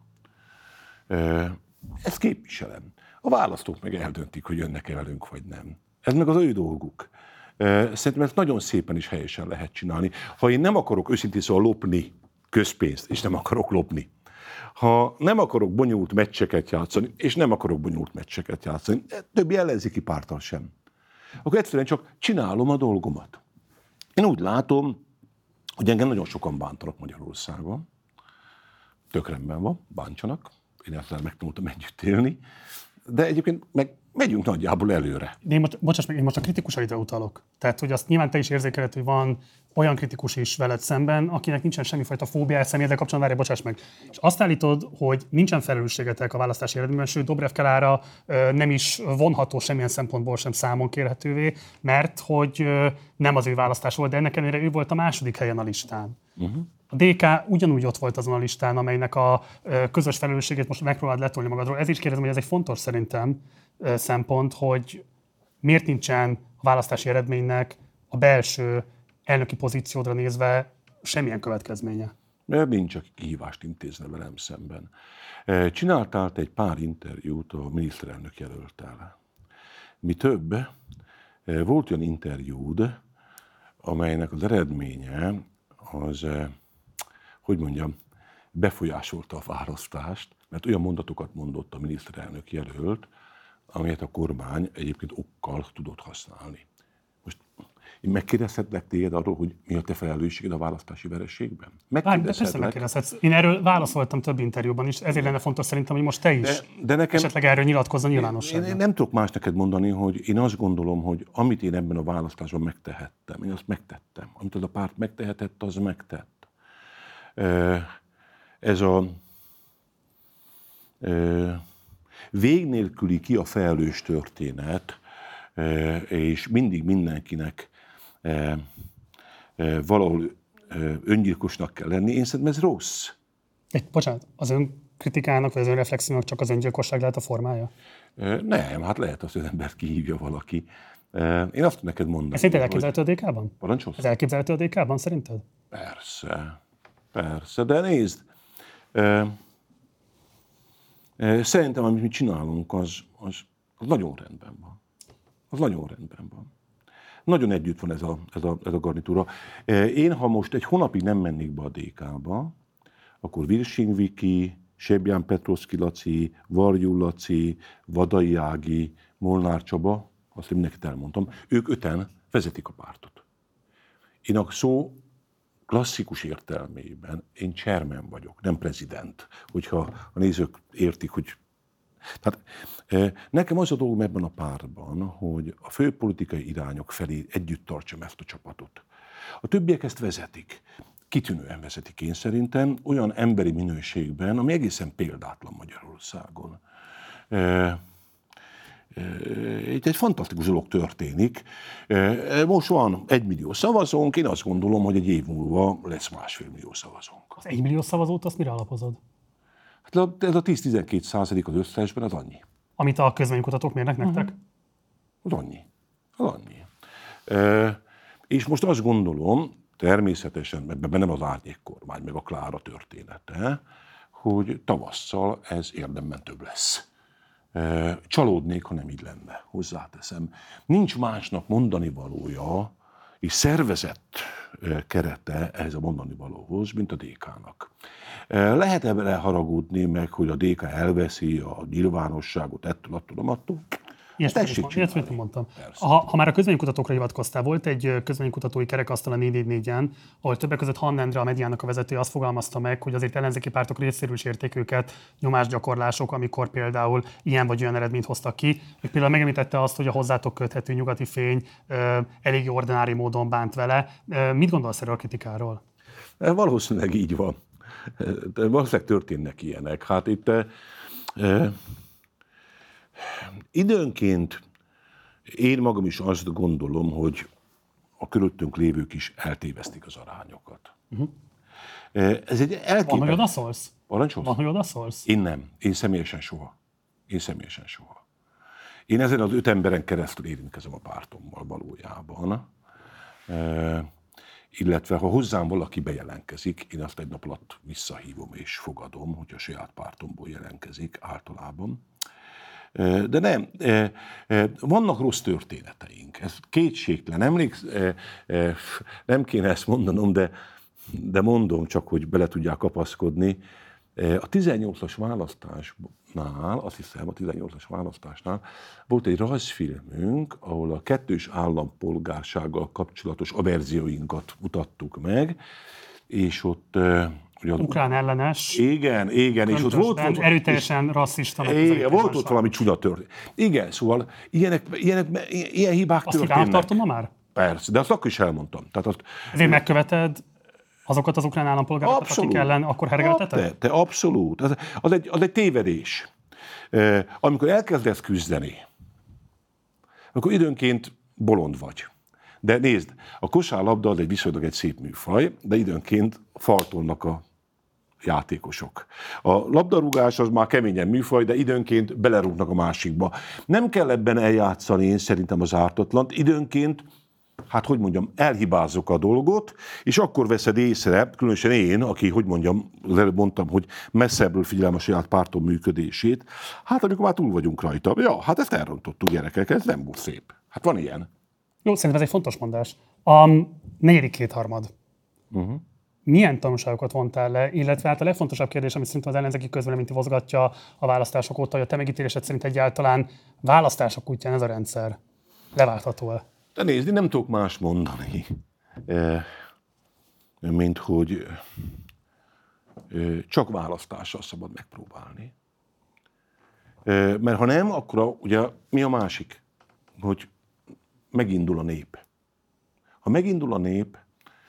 Ezt képviselem. A választók meg eldöntik, hogy jönnek-e velünk, vagy nem. Ez meg az ő dolguk. Szerintem ezt nagyon szépen is helyesen lehet csinálni. Ha én nem akarok őszintén szóval lopni közpénzt, és nem akarok lopni, ha nem akarok bonyolult meccseket játszani, és nem akarok bonyolult meccseket játszani, többi ellenzéki párttal sem, akkor egyszerűen csak csinálom a dolgomat. Én úgy látom, hogy engem nagyon sokan bántanak Magyarországon. Tök rendben van, bántsanak. Én ezzel megtanultam együtt élni. De egyébként meg megyünk nagyjából előre. De én most, bocsáss meg, én most a kritikusaidra utalok. Tehát, hogy azt nyilván te is érzékeled, hogy van olyan kritikus is veled szemben, akinek nincsen semmifajta fóbiája személyeddel kapcsolatban, várj, bocsáss meg. És azt állítod, hogy nincsen felelősségetek a választási eredményben, sőt, Dobrev Klára nem is vonható semmilyen szempontból sem számon kérhetővé, mert hogy nem az ő választás volt, de ennek ellenére ő volt a második helyen a listán. Uh-huh. A dé ká ugyanúgy ott volt azon a listán, amelynek a közös felelősségét most megpróbáld letolni magadról. Ez is kérdezem, hogy ez egy fontos szerintem szempont, hogy miért nincsen a választási eredménynek a belső elnöki pozíciódra nézve semmilyen következménye. Mert nincs, aki kihívást intézne velem szemben. Csináltál te egy pár interjút a miniszterelnök jelölttel. Mi több, volt olyan interjúd, amelynek az eredménye az, hogy mondjam, befolyásolta a választást, mert olyan mondatokat mondott a miniszterelnök jelölt, amelyet a kormány egyébként okkal tudott használni. Most én megkérdezhetlek téged arról, hogy mi a te felelősséged a választási vereségben? Megkérdezhetsz. Én erről válaszoltam több interjúban is, ezért lenne fontos szerintem, hogy most te is de, de nekem, esetleg erről nyilatkozza nyilvánosságban. Én, én nem tudok más neked mondani, hogy én azt gondolom, hogy amit én ebben a választásban megtehettem, én azt megtettem. Amit az a párt megtehetett, az megtett. Ez a vég nélküli ki a felelős történet, és mindig mindenkinek valahol öngyilkosnak kell lenni. Én szerintem ez rossz. Egy, bocsánat, az önkritikának vagy az önreflexiónak csak az öngyilkosság lehet a formája? Nem, hát lehet az, hogy az embert kihívja valaki. Én azt neked mondom. Ez szerinted elképzelhető a dé ká-ban? Parancsolsz? Ez elképzelhető a dé ká-ban szerinted? Persze, persze, de nézd, e, e, szerintem, amit mi csinálunk, az, az, az nagyon rendben van. Az nagyon rendben van. Nagyon együtt van ez a, ez a, ez a garnitúra. E, én, ha most egy hónapig nem mennék be a dé ká-ba, akkor Virsing Viki, Sebján Petrovszky Laci, Varjú Laci, Vadai Ági, Molnár Csaba, azt én neked elmondtam, ők öten vezetik a pártot. Én a szó klasszikus értelmében én chairman vagyok, nem prezident, hogyha a nézők értik, hogy... Tehát, nekem az a dolgom ebben a pártban, hogy a főpolitikai irányok felé együtt tartsam ezt a csapatot. A többiek ezt vezetik. Kitűnően vezetik én szerintem, olyan emberi minőségben, ami egészen példátlan Magyarországon. Itt egy fantasztikus dolog történik. Most van egymillió szavazónk, én azt gondolom, hogy egy év múlva lesz másfél millió szavazónk. Az egymillió szavazót azt mire alapozod? Hát ez a tíz-tizenkét százalék az összesben, az annyi. Amit a közvéleménykutatók mérnek nektek? Uh-huh. Az annyi. Az annyi. E, és most azt gondolom, természetesen, ebben benne az árnyékkormány, meg a Klára története, hogy tavasszal ez érdemben több lesz. Csalódnék, ha nem így lenne, hozzáteszem. Nincs másnak mondani valója, és szervezett kerete ehhez a mondani valóhoz, mint a dé ká-nak. Lehet ebben haragudni meg, hogy a dé ká elveszi a nyilvánosságot ettől, attól, attól. Ilyet mondtam. Ha, ha már a közvéleménykutatókra hivatkoztál, volt egy közvéleménykutatói kerekasztal a négy négy négyen, ahol többek között Hann Endre, a Mediának a vezetője azt fogalmazta meg, hogy azért ellenzéki pártok részéről is érték őket nyomásgyakorlások, amikor például ilyen vagy olyan eredményt hoztak ki. Ő például megemlítette azt, hogy a hozzátok köthető nyugati fény ö, elég ordinári módon bánt vele. Ö, mit gondolsz erről a kritikáról? Valószínűleg így van. Valószínűleg történnek ilyenek. Hát itt... E, Időnként én magam is azt gondolom, hogy a körülöttünk lévők is eltévesztik az arányokat. Uh-huh. Ez egy elképesztő... Van, hogy odaszólsz? Parancsolsz? Van, hogy odaszólsz? Én nem. Én személyesen soha. Én személyesen soha. Én ezen az öt emberen keresztül érintkezem a pártommal valójában. E, illetve ha hozzám valaki bejelentkezik, én azt egy nap alatt visszahívom és fogadom, hogy a saját pártomból jelentkezik általában. De nem, vannak rossz történeteink, ez kétségtelen. Emléksz, nem kéne ezt mondanom, de, de mondom csak, hogy bele tudják kapaszkodni. A tizennyolcas választásnál, azt hiszem a tizennyolcas választásnál volt egy rajzfilmünk, ahol a kettős állampolgársággal kapcsolatos averzióinkat mutattuk meg, és ott... Ugye, ukrán ellenes. Igen, igen, és ott volt, volt erőteljesen rasszista. Igen, volt ott valami csuda történet. Igen, szóval ilyenek, ilyenek, ilyen hibák azt történnek. Azt tartom ma már? Persze, de azt akkor is elmondtam. Tehát azt, ezért megköveted azokat az ukrán állampolgárokat, abszolút, akik ellen akkor hergeltetek? Te, te abszolút. Az, az, egy, az egy tévedés. Amikor elkezdesz küzdeni, akkor időnként bolond vagy. De nézd, a kosárlabda az egy viszonylag egy szép műfaj, de időnként fartolnak a játékosok. A labdarúgás az már keményen műfaj, de időnként belerúgnak a másikba. Nem kell ebben eljátszani én szerintem az ártatlant. Időnként, hát hogy mondjam, elhibázok a dolgot, és akkor veszed észre, különösen én, aki, hogy mondjam, az előbb mondtam, hogy messzebbről figyelem a saját pártom működését, hát amikor már túl vagyunk rajta. Ja, hát ezt elrontottuk, gyerekek, ez nem volt szép. Hát van ilyen. Jó, szerintem ez egy fontos mondás. A negyedik kétharmad. Uh-huh. Milyen tanulságokat vontál le, illetve hát a legfontosabb kérdés, ami szerintem az ellenzéki közvéleményt mozgatja a választások óta, hogy a te megítélésed szerint egyáltalán választások útján ez a rendszer leváltható-e? De nézd, nem tudok más mondani, mint hogy csak választással szabad megpróbálni. Mert ha nem, akkor ugye mi a másik? Hogy megindul a nép. Ha megindul a nép,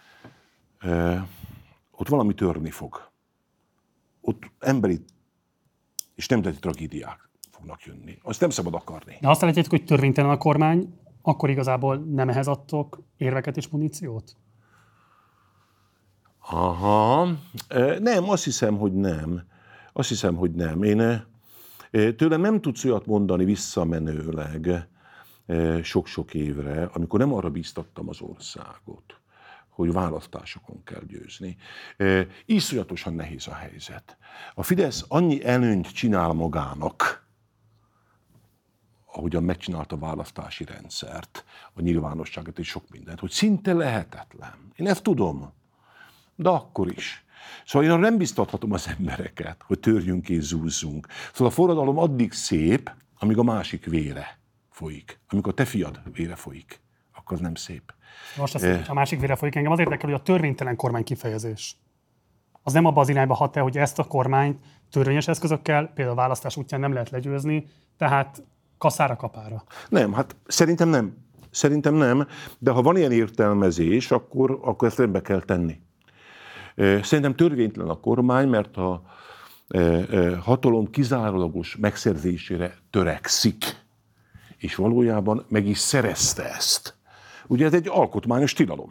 ott valami törni fog. Ott emberi és nemzeti tragédiák fognak jönni. Azt nem szabad akarni. De azt látjátok, hogy törvénytelen a kormány, akkor igazából nem ehhez adtok érveket és muníciót? Aha, nem, azt hiszem, hogy nem. Azt hiszem, hogy nem. Én tőlem nem tudsz olyat mondani visszamenőleg sok-sok évre, amikor nem arra bíztattam az országot, hogy választásokon kell győzni. Iszonyatosan nehéz a helyzet. A Fidesz annyi előnyt csinál magának, ahogyan megcsinálta a választási rendszert, a nyilvánosságot és sok mindent, hogy szinte lehetetlen. Én ezt tudom, de akkor is. Szóval én arra nem biztathatom az embereket, hogy törjünk és zúzzunk. Szóval a forradalom addig szép, amíg a másik vére folyik. Amikor a te fiad vére folyik, akkor az nem szép. Most az, eh. a másik vére folyik. Engem az érdekel, hogy a törvénytelen kormány kifejezés. Az nem abba az irányba hat-e, hogy ezt a kormányt törvényes eszközökkel, például a választás útján nem lehet legyőzni, tehát kaszára kapára. Nem, hát szerintem nem. Szerintem nem, de ha van ilyen értelmezés, akkor, akkor ezt rendbe kell tenni. Szerintem törvénytelen a kormány, mert a hatalom kizárólagos megszerzésére törekszik, és valójában meg is szerezte ezt. Ugye ez egy alkotmányos tilalom.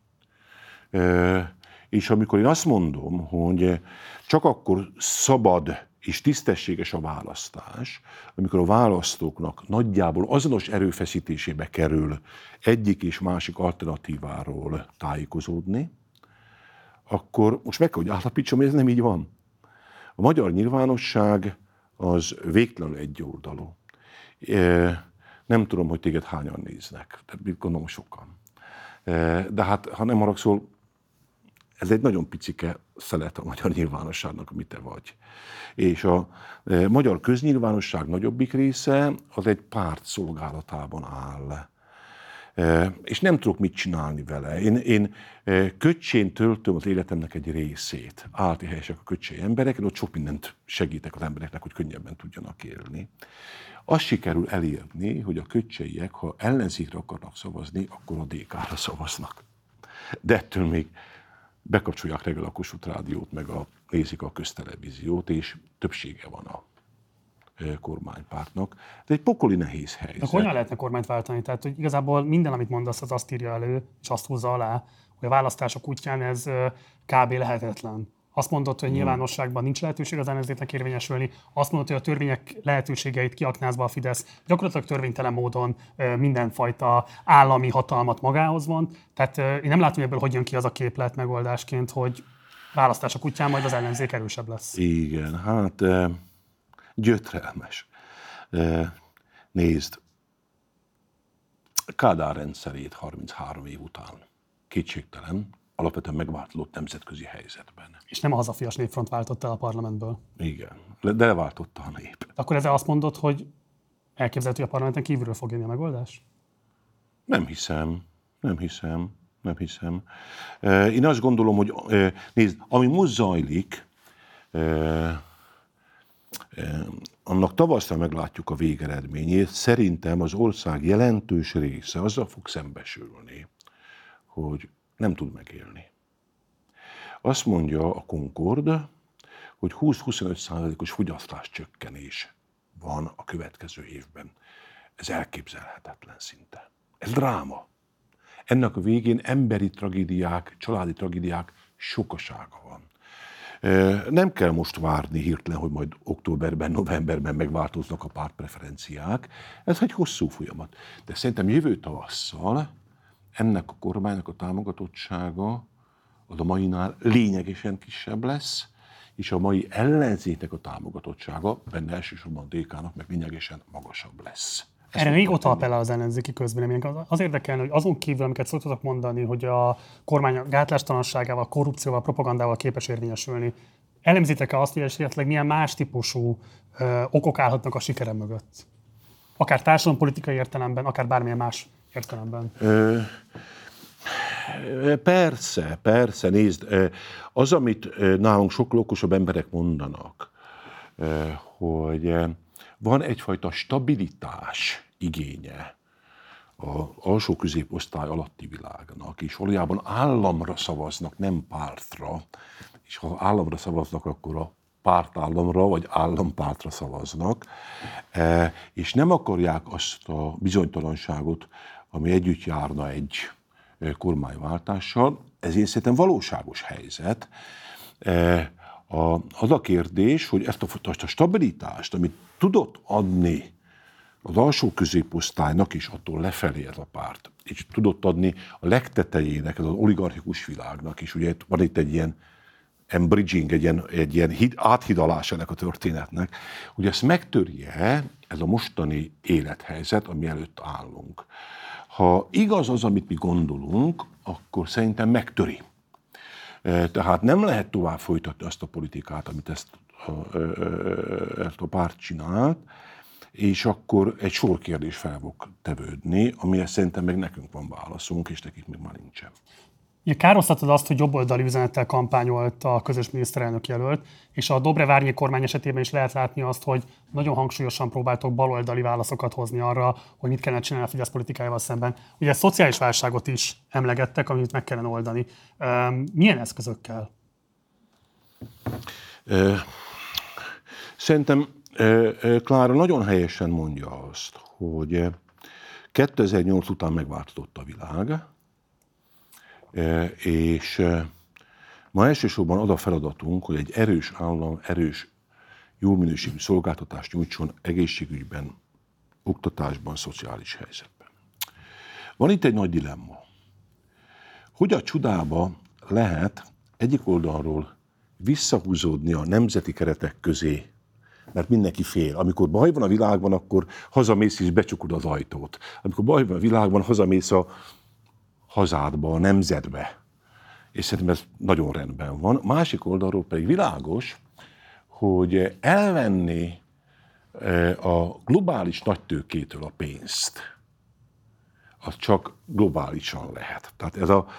És amikor én azt mondom, hogy csak akkor szabad és tisztességes a választás, amikor a választóknak nagyjából azonos erőfeszítésébe kerül egyik és másik alternatíváról tájékozódni, akkor most meg kell, hogy állapítsam, hogy ez nem így van. A magyar nyilvánosság az végtelenül egyoldalú. Nem tudom, hogy téged hányan néznek, de gondolom sokan. De hát, ha nem haragszol, ez egy nagyon picike szelet a magyar nyilvánosságnak, amit te vagy. És a magyar köznyilvánosság nagyobbik része az egy párt szolgálatában áll. És nem tudok mit csinálni vele. Én, én Köcsén töltöm az életemnek egy részét. Állati helyesek a köcsei emberek, én ott sok mindent segítek az embereknek, hogy könnyebben tudjanak élni. Azt sikerül elérni, hogy a köcseiek, ha ellenzékre akarnak szavazni, akkor a dé ká-ra szavaznak. De ettől még bekapcsolják reggel a Kossuth Rádiót, meg a, nézik a köztelevíziót, és többsége van a kormánypártnak. Ez egy pokoli nehéz helyzet. De hogyan lehetne kormányt váltani? Tehát, hogy igazából minden, amit mondasz, az azt írja elő, és azt húzza alá, hogy a választások útján ez kb. Lehetetlen. Azt mondod, hogy nyilvánosságban nincs lehetőség az ellenzéknek érvényesülni, azt mondod, hogy a törvények lehetőségeit kiaknázva a Fidesz gyakorlatilag törvénytelen módon mindenfajta állami hatalmat magához von. Tehát én nem látom, hogy ebből hogy jön ki az a képlet megoldásként, hogy választások útján majd az ellenzék erősebb lesz. Igen, hát gyötrelmes. Nézd, Kádár rendszerét harminchárom év után kétségtelen, alapvetően megváltozott nemzetközi helyzetben. És nem a hazafias népfront váltotta el a parlamentből. Igen, de leváltotta a nép. Akkor ezzel azt mondod, hogy elképzelhető, hogy a parlamenten kívülről fog jönni a megoldás? Nem hiszem, nem hiszem, nem hiszem. Én azt gondolom, hogy nézd, ami most zajlik, annak tavasszal meglátjuk a végeredményét. Szerintem az ország jelentős része azzal fog szembesülni, hogy nem tud megélni. Azt mondja a Concord, hogy húsz-huszonöt százalékos fogyasztás csökkenés van a következő évben. Ez elképzelhetetlen szinte. Ez dráma. Ennek a végén emberi tragédiák, családi tragédiák sokasága van. Nem kell most várni hirtelen, hogy majd októberben, novemberben megváltoznak a pártpreferenciák. Ez egy hosszú folyamat. De szerintem jövő tavasszal ennek a kormánynak a támogatottsága az a mainál lényegesen kisebb lesz, és a mai ellenzéknek a támogatottsága, benne elsősorban a dé ká-nak meg lényegesen magasabb lesz. Erre még ott appell az ellenzéki közvélemények. Az érdekelne, hogy azon kívül, amiket szoktatok mondani, hogy a kormány gátlástalanságával, korrupcióval, propagandával képes érvényesülni, elemzitek-e azt, hogy esetleg milyen más típusú ö, okok állhatnak a sikere mögött? Akár társadalompolitikai értelemben, akár bármilyen más értelemben. Ö, persze, persze, nézd, az, amit nálunk sokkal okosabb emberek mondanak, hogy van egyfajta stabilitás igénye az alsó középosztály alatti világnak, és valójában államra szavaznak, nem pártra, és ha államra szavaznak, akkor a pártállamra vagy állampártra szavaznak, és nem akarják azt a bizonytalanságot, ami együtt járna egy kormányváltással. Ezért szerintem valóságos helyzet. Az a kérdés, hogy ezt a stabilitást, amit tudott adni az alsó középosztálynak is, attól lefelé ez a párt, és tudott adni a legtetejének, ez az oligarchikus világnak is. Ugye van itt egy ilyen bridging, egy ilyen, egy ilyen hid, áthidalás ennek a történetnek, hogy ezt megtörje ez a mostani élethelyzet, ami előtt állunk. Ha igaz az, amit mi gondolunk, akkor szerintem megtöri. Tehát nem lehet tovább folytatni azt a politikát, amit ezt a, ezt a párt csinált, és akkor egy sor kérdés fel fog tevődni, amire szerintem meg nekünk van válaszunk, és nekik még már nincsen. Ja, károsztatod azt, hogy jobboldali üzenettel kampányolt a közös miniszterelnök jelölt, és a Dobrev-Árnyék kormány esetében is lehet látni azt, hogy nagyon hangsúlyosan próbáltok baloldali válaszokat hozni arra, hogy mit kellene csinálni a Fidesz politikájával szemben. Ugye a szociális válságot is emlegettek, amit meg kellene oldani. Milyen eszközökkel? Szerintem Klára nagyon helyesen mondja azt, hogy kétezer-nyolc után megváltozott a világ, és ma elsősorban az a feladatunk, hogy egy erős állam, erős, jó minőségű szolgáltatást nyújtson egészségügyben, oktatásban, szociális helyzetben. Van itt egy nagy dilemma. Hogy a csodába lehet egyik oldalról visszahúzódni a nemzeti keretek közé, mert mindenki fél. Amikor baj van a világban, akkor hazamész és becsukod az ajtót. Amikor baj van a világban, hazamész a hazádba, a nemzetbe. És szerintem ez nagyon rendben van. Másik oldalról pedig világos, hogy elvenni a globális nagytőkétől a pénzt, az csak globálisan lehet. Tehát ez a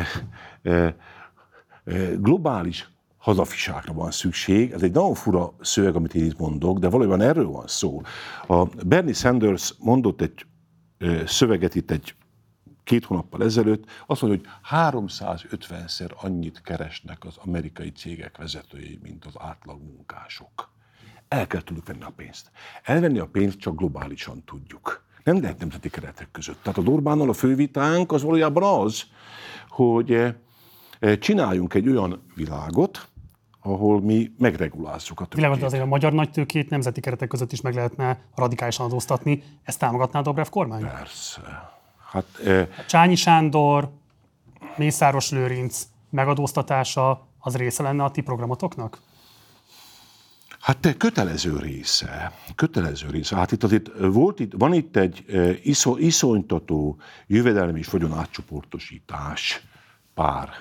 globális hazafiságra van szükség. Ez egy nagyon fura szöveg, amit én itt mondok, de valójában erről van szó. A Bernie Sanders mondott egy szöveget itt egy két hónappal ezelőtt, azt mondja, hogy háromszázötvenszer annyit keresnek az amerikai cégek vezetői, mint az átlag munkások. El kell tudjuk venni a pénzt. Elvenni a pénzt csak globálisan tudjuk. Nem lehet nemzeti keretek között. Tehát a Orbánnal a fővitánk az valójában az, hogy csináljunk egy olyan világot, ahol mi megregulázzuk a tőkét. Világos, de azért a magyar nagytőkét nemzeti keretek között is meg lehetne radikálisan adóztatni. Ezt támogatná a Dobrev kormány? Persze. Hát, a Csányi Sándor, Mészáros Lőrinc megadóztatása az része lenne a ti programotoknak? Hát kötelező része. Kötelező része. Hát itt azért volt itt, van itt egy iszony, iszonytató jövedelmi és vagyon átcsoportosítás pár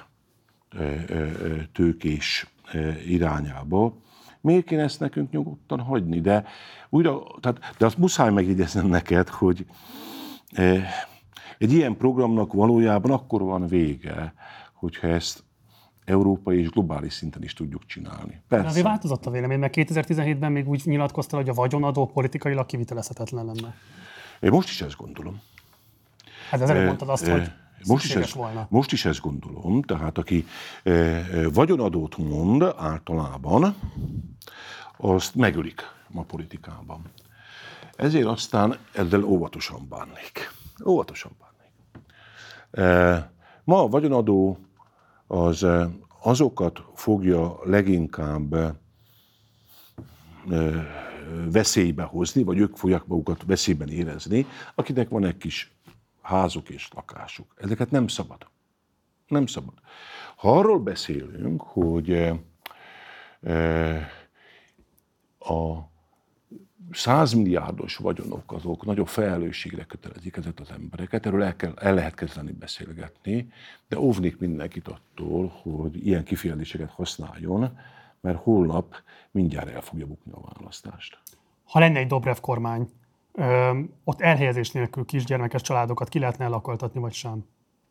tőkés irányába. Miért kéne ezt nekünk nyugodtan hagyni? De, újra, tehát, de azt muszáj megjegyeznem neked, hogy egy ilyen programnak valójában akkor van vége, hogyha ezt európai és globális szinten is tudjuk csinálni. Persze. De azért változott a vélemény, mert kétezer-tizenhétben még úgy nyilatkoztál, hogy a vagyonadó politikailag kivitelezhetetlen lenne. Én most is ezt gondolom. Hát az előbb mondtad azt, hogy most is, ezt, volna. most is ezt gondolom, tehát aki vagyonadót mond általában, azt megölik ma politikában. Ezért aztán ezzel óvatosan bánnék. Óvatosan bánnék. Ma a vagyonadó az azokat fogja leginkább veszélybe hozni, vagy ők fogják magukat veszélyben érezni, akinek van egy kis házuk és lakásuk. Ezeket nem szabad. Nem szabad. Ha arról beszélünk, hogy a százmilliárdos vagyonok azok nagyobb felelősségre kötelezik ezeket az embereket, erről el, kell, el lehet kezdeni beszélgetni, de óvnék mindenkit attól, hogy ilyen kifejezéseket használjon, mert holnap mindjárt el fogja bukni a választást. Ha lenne egy Dobrev kormány, ö, ott elhelyezés nélkül kisgyermekes családokat ki lehetne ellakoltatni, vagy sem?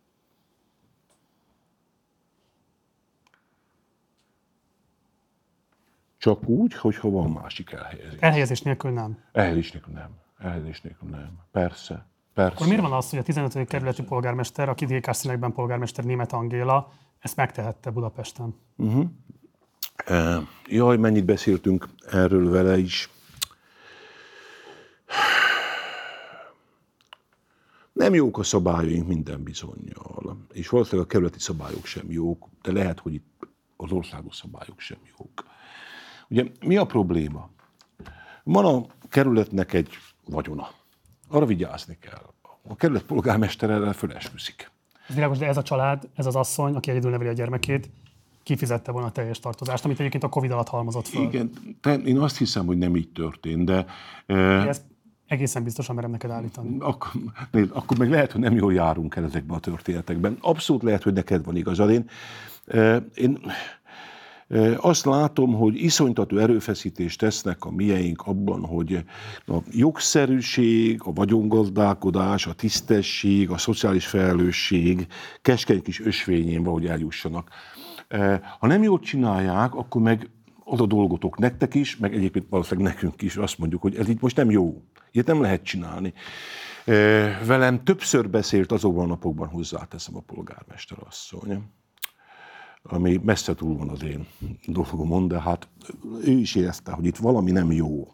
Csak úgy, hogyha van másik elhelyezés. Elhelyezés nélkül nem. Elhelyezés nélkül nem. Elhelyezés nélkül nem. Persze. Persze. Akkor miért van az, hogy a tizenötödik kerületi polgármester, aki dé ká színekben polgármester, Németh Angéla, ezt megtehette Budapesten? Uh-huh. Uh, jaj, mennyit beszéltünk erről vele is. Nem jók a szabályaink minden bizonnyal, és valószínűleg a kerületi szabályok sem jók, de lehet, hogy itt az országos szabályok sem jók. Ugye mi a probléma? Van a kerületnek egy vagyona. Arra vigyázni kell. A kerület polgármester erre fölesküszik. Ez világos, de ez a család, ez az asszony, aki egyedül neveli a gyermekét, kifizette volna a teljes tartozást, amit egyébként a Covid alatt halmozott föl. Igen, te, én azt hiszem, hogy nem így történt, de... Ez egészen biztosan merem neked állítani. Akkor, nézd, akkor meg lehet, hogy nem jól járunk el ezekben a történetekben. Abszolút lehet, hogy neked van igazad. Én, én azt látom, hogy iszonytató erőfeszítést tesznek a mieink abban, hogy a jogszerűség, a vagyongazdálkodás, a tisztesség, a szociális felelősség keskeny kis ösvényén valahogy eljussanak. Ha nem jól csinálják, akkor meg az a dolgotok nektek is, meg egyébként valószínűleg nekünk is azt mondjuk, hogy ez így most nem jó. Ilyet nem lehet csinálni. Velem többször beszélt azokban a napokban, hozzáteszem, a polgármester asszony, ami messze túl van az én dolgomon, de hát ő is érezte, hogy itt valami nem jó.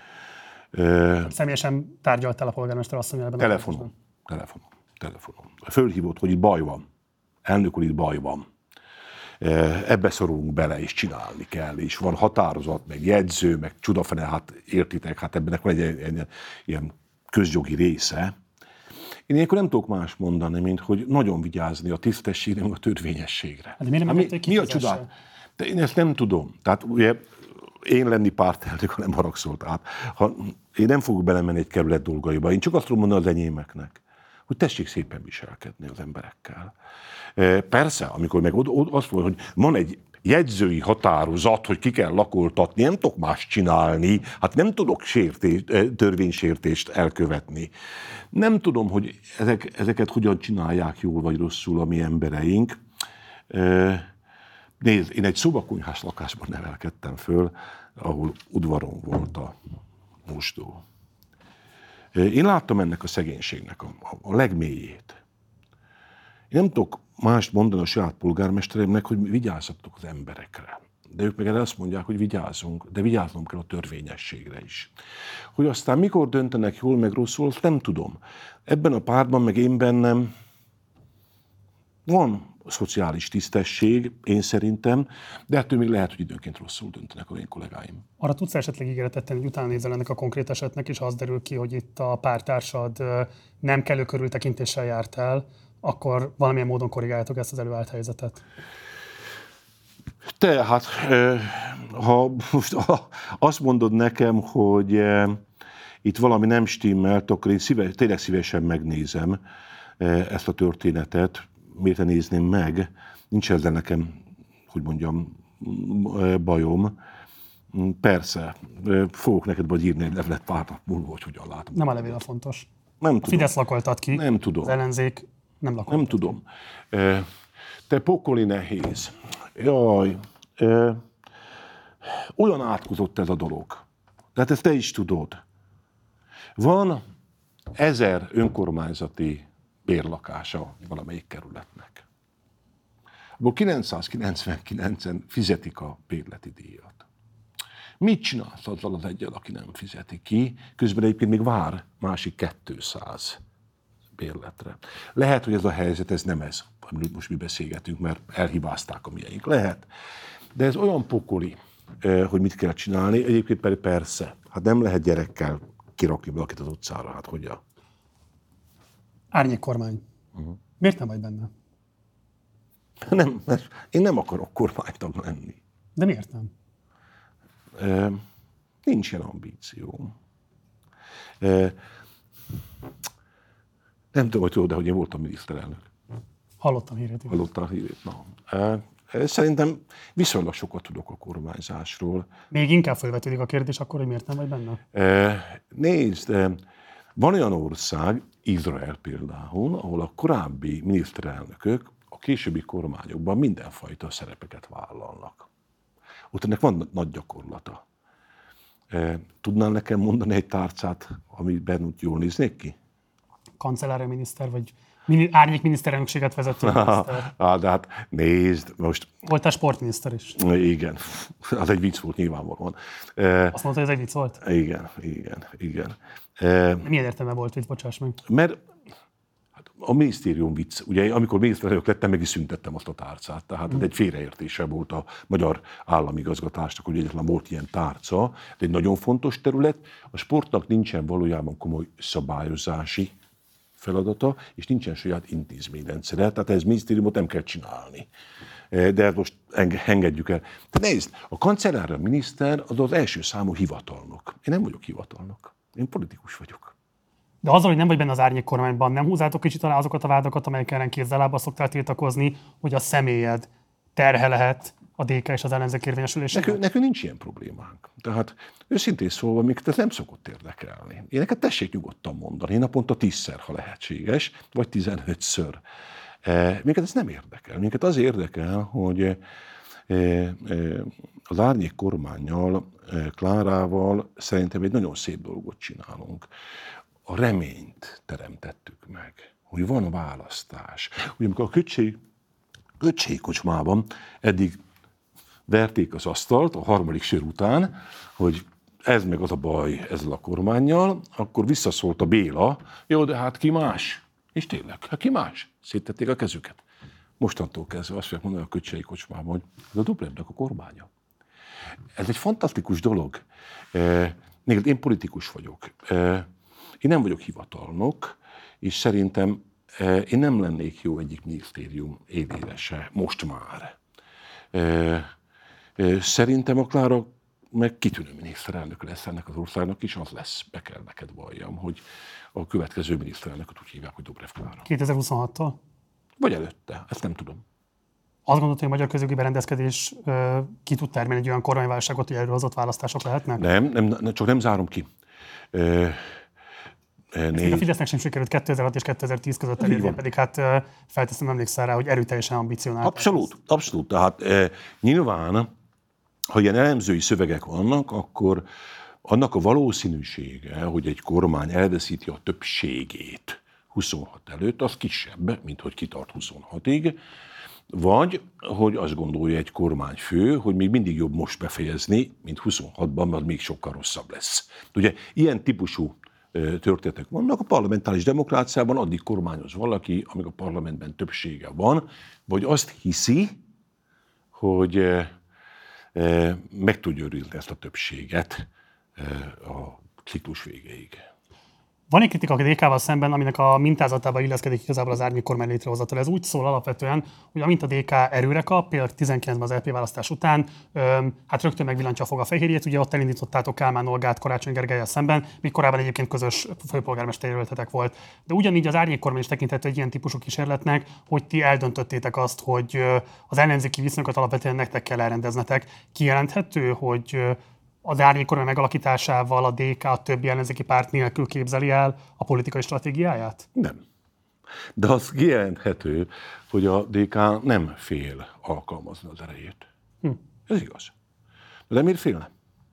Személyesen tárgyaltál a polgármester asszonnyal ebben telefonon, a telefonon, telefonon. Fölhívott, hogy itt baj van. Elnök úr, itt baj van. Ebbe szorulunk bele, és csinálni kell, és van határozat, meg jegyző, meg csudafene, hát értitek, hát ebben van egy, egy, egy ilyen közjogi része. Én ilyenkor nem tudok más mondani, mint hogy nagyon vigyázni a tisztességre, meg a törvényességre. Hát miért nem mi, mi a csodát? De én ezt nem tudom. Tehát ugye én lenni pártelnök, ha nem haragszol. Tehát, ha én nem fogok belemenni egy kerület dolgaiba, én csak azt tudom mondani az enyémeknek, hogy tessék szépen viselkedni az emberekkel. Persze, amikor meg azt mondja, hogy van egy jegyzői határozat, hogy ki kell lakoltatni, nem tudok más csinálni, hát nem tudok sértést, törvénysértést elkövetni. Nem tudom, hogy ezek, ezeket hogyan csinálják jól vagy rosszul a mi embereink. Nézd, én egy szobakonyhás lakásban nevelkedtem föl, ahol udvaron volt a mosdó. Én láttam ennek a szegénységnek a, a legmélyét. Én nem tudok mást mondani a saját polgármesteremnek, hogy vigyázzatok az emberekre. De ők meg azt mondják, hogy vigyázzunk, de vigyáznom kell a törvényességre is. Hogy aztán mikor döntenek jól meg rosszul, azt nem tudom. Ebben a pártban meg én bennem van szociális tisztesség, én szerintem, de ettől még lehet, hogy időnként rosszul döntenek az én kollégáim. Arra tudsz esetleg ígéretet tenni, hogy utána nézel ennek a konkrét esetnek, és az derül ki, hogy itt a pártársad nem kellő körültekintéssel járt el, akkor valamilyen módon korrigáljátok ezt az előállt helyzetet? Tehát, ha most azt mondod nekem, hogy itt valami nem stimmelt, akkor én szíves, tényleg szívesen megnézem ezt a történetet. Miért ne nézném meg? Nincs ezzel nekem, hogy mondjam, bajom. Persze, fogok neked majd írni egy levelet pár nap múlva, hogy hogyan látom. Nem a levél a fontos. Nem a tudom. Fidesz lakoltat ki, nem tudom. Az ellenzék nem lakoltat. Nem tudom. Te pokoli nehéz. Jaj, olyan átkozott ez a dolog. Tehát ezt te is tudod. Van ezer önkormányzati bérlakása valamelyik kerületnek. Abból kilencszázkilencvenkilencen fizetik a bérleti díjat. Mit csinálsz azzal az egyel, aki nem fizeti ki? Közben egyébként még vár másik kétszáz bérletre. Lehet, hogy ez a helyzet, ez nem ez, amiről most mi beszélgetünk, mert elhibázták a mieink. Lehet. De ez olyan pokoli, hogy mit kell csinálni. Egyébként pedig persze, hát nem lehet gyerekkel kirakni valakit az utcára, hát hogyan? Árnyék kormány. Uh-huh. Miért nem vagy benne? Nem, mert én nem akarok kormánytag lenni. De miért nem? E, nincs ilyen ambícióm. E, nem tudom, hogy tudod, de hogy én voltam miniszterelnök. Hallottam hírét. Hallottam a hírét, na. E, szerintem viszonylag sokat tudok a kormányzásról. Még inkább felvetődik a kérdés akkor, hogy miért nem vagy benne? E, nézd, van olyan ország, Izrael például, ahol a korábbi miniszterelnökök a későbbi kormányokban mindenfajta szerepeket vállalnak. Ott ennek van nagy gyakorlata. Tudnál nekem mondani egy tárcát, amiben úgy jól néznék ki? Kancellária miniszter, vagy mini, árnyék miniszterelnökséget vezető miniszter. Á, de hát nézd, most... Voltál sportminiszter is. Igen, az egy vicc volt nyilvánvalóan. Azt mondta, hogy ez egy vicc volt? Igen, igen, igen. Milyen értelme volt vicc, bocsáss meg? Mert a minisztérium vicc. Ugye, amikor miniszterelnök lettem, meg is szüntettem azt a tárcát. Tehát ez egy félreértése volt a magyar államigazgatásnak, hogy egyetlen volt ilyen tárca. Ez egy nagyon fontos terület. A sportnak nincsen valójában komoly szabályozási feladata, és nincsen saját intézményrendszere. Tehát ez minisztériumot nem kell csinálni. De most engedjük el. De nézd, a kancellár, a miniszter az az első számú hivatalnok. Én nem vagyok hivatalnok. Én politikus vagyok. De azzal, hogy nem vagy benne az árnyék kormányban, nem húzátok kicsit alá azokat a vádakat, amelyek ellen kézzel-lábbal szoktál tiltakozni, hogy a személyed terhe lehet a dé ká és az ellenzék érvényesülésének? Nekünk, nekünk nincs ilyen problémánk. Tehát őszintén szólva, minket ez nem szokott érdekelni. Ilyeneket tessék nyugodtan mondani. Én naponta tízszer, ha lehetséges, vagy tizenötször. Minket ez nem érdekel. Minket az érdekel, hogy az árnyék kormánnyal, Klárával szerintem egy nagyon szép dolgot csinálunk. A reményt teremtettük meg, hogy van választás. Ugye amikor a Köcsei, Köcsei kocsmában eddig verték az asztalt a harmadik sör után, hogy ez meg az a baj ezzel a kormánnyal, akkor visszaszólt a Béla, jó, de hát ki más? És tényleg, hát ki más? Széttették a kezüket. Mostantól kezdve azt fogják mondani a Köcsei kocsmában, hogy ez a Duplebnek a kormánya. Ez egy fantasztikus dolog. Nézd, én politikus vagyok. Én nem vagyok hivatalnok, és szerintem én nem lennék jó egyik minisztérium élére se, most már. Szerintem a Klára meg kitűnő miniszterelnök lesz ennek az országnak is, az lesz, be kell neked valljam, hogy a következő miniszterelnököt úgy hívják, hogy Dobrev Klára. kétezer-huszonhattól? Vagy előtte, ezt nem tudom. Azt gondolod, hogy a magyar közjogi berendezkedés uh, ki tud termelni egy olyan kormányválságot, hogy előrehozott választások lehetnek? Nem, nem, csak nem zárom ki. Uh, Négy. A Fidesznek sem sikerült kétezer-hat és kétezer-tíz között elérni, pedig hát uh, felteszem, emlékszel rá, hogy erőteljesen ambicionált. Abszolút, abszolút. Tehát uh, nyilván, ha ilyen elemzői szövegek vannak, akkor annak a valószínűsége, hogy egy kormány elveszíti a többségét huszonhat előtt, az kisebb, mint hogy kitart huszonhatig, vagy hogy azt gondolja egy kormányfő, hogy még mindig jobb most befejezni, mint huszonhatban, mert még sokkal rosszabb lesz. Ugye ilyen típusú történetek vannak. A parlamentáris demokráciában addig kormányoz valaki, amíg a parlamentben többsége van, vagy azt hiszi, hogy meg tudja őrizni ezt a többséget a ciklus végéig. Van egy kritika a dé ká-val szemben, aminek a mintázatába illeszkedik igazából az árnyék kormány létrehozatal. Ez úgy szól alapvetően, hogy amint a dé ká erőre kap, például tizenkilencben az é pé választás után, öm, hát rögtön megvillantja a fog a fehérjét. Ugye ott elindítottátok Kálmán Olgát Karácsony Gergellyel szemben, míg korábban egyébként közös főpolgármester jelöltetek volt. De ugyanígy az árnyék kormány is tekinthető egy ilyen típusú kísérletnek, hogy ti eldöntöttétek azt, hogy az ellenzéki viszonyokat alapvetően nektek kell elrendeznetek. Kijelenthető, hogy az árnyék kormány megalakításával a dé ká a többi ellenzéki párt nélkül képzeli el a politikai stratégiáját? Nem. De az kijelenthető, hogy a dé ká nem fél alkalmazni az erejét. Hm. Ez igaz. De miért félne?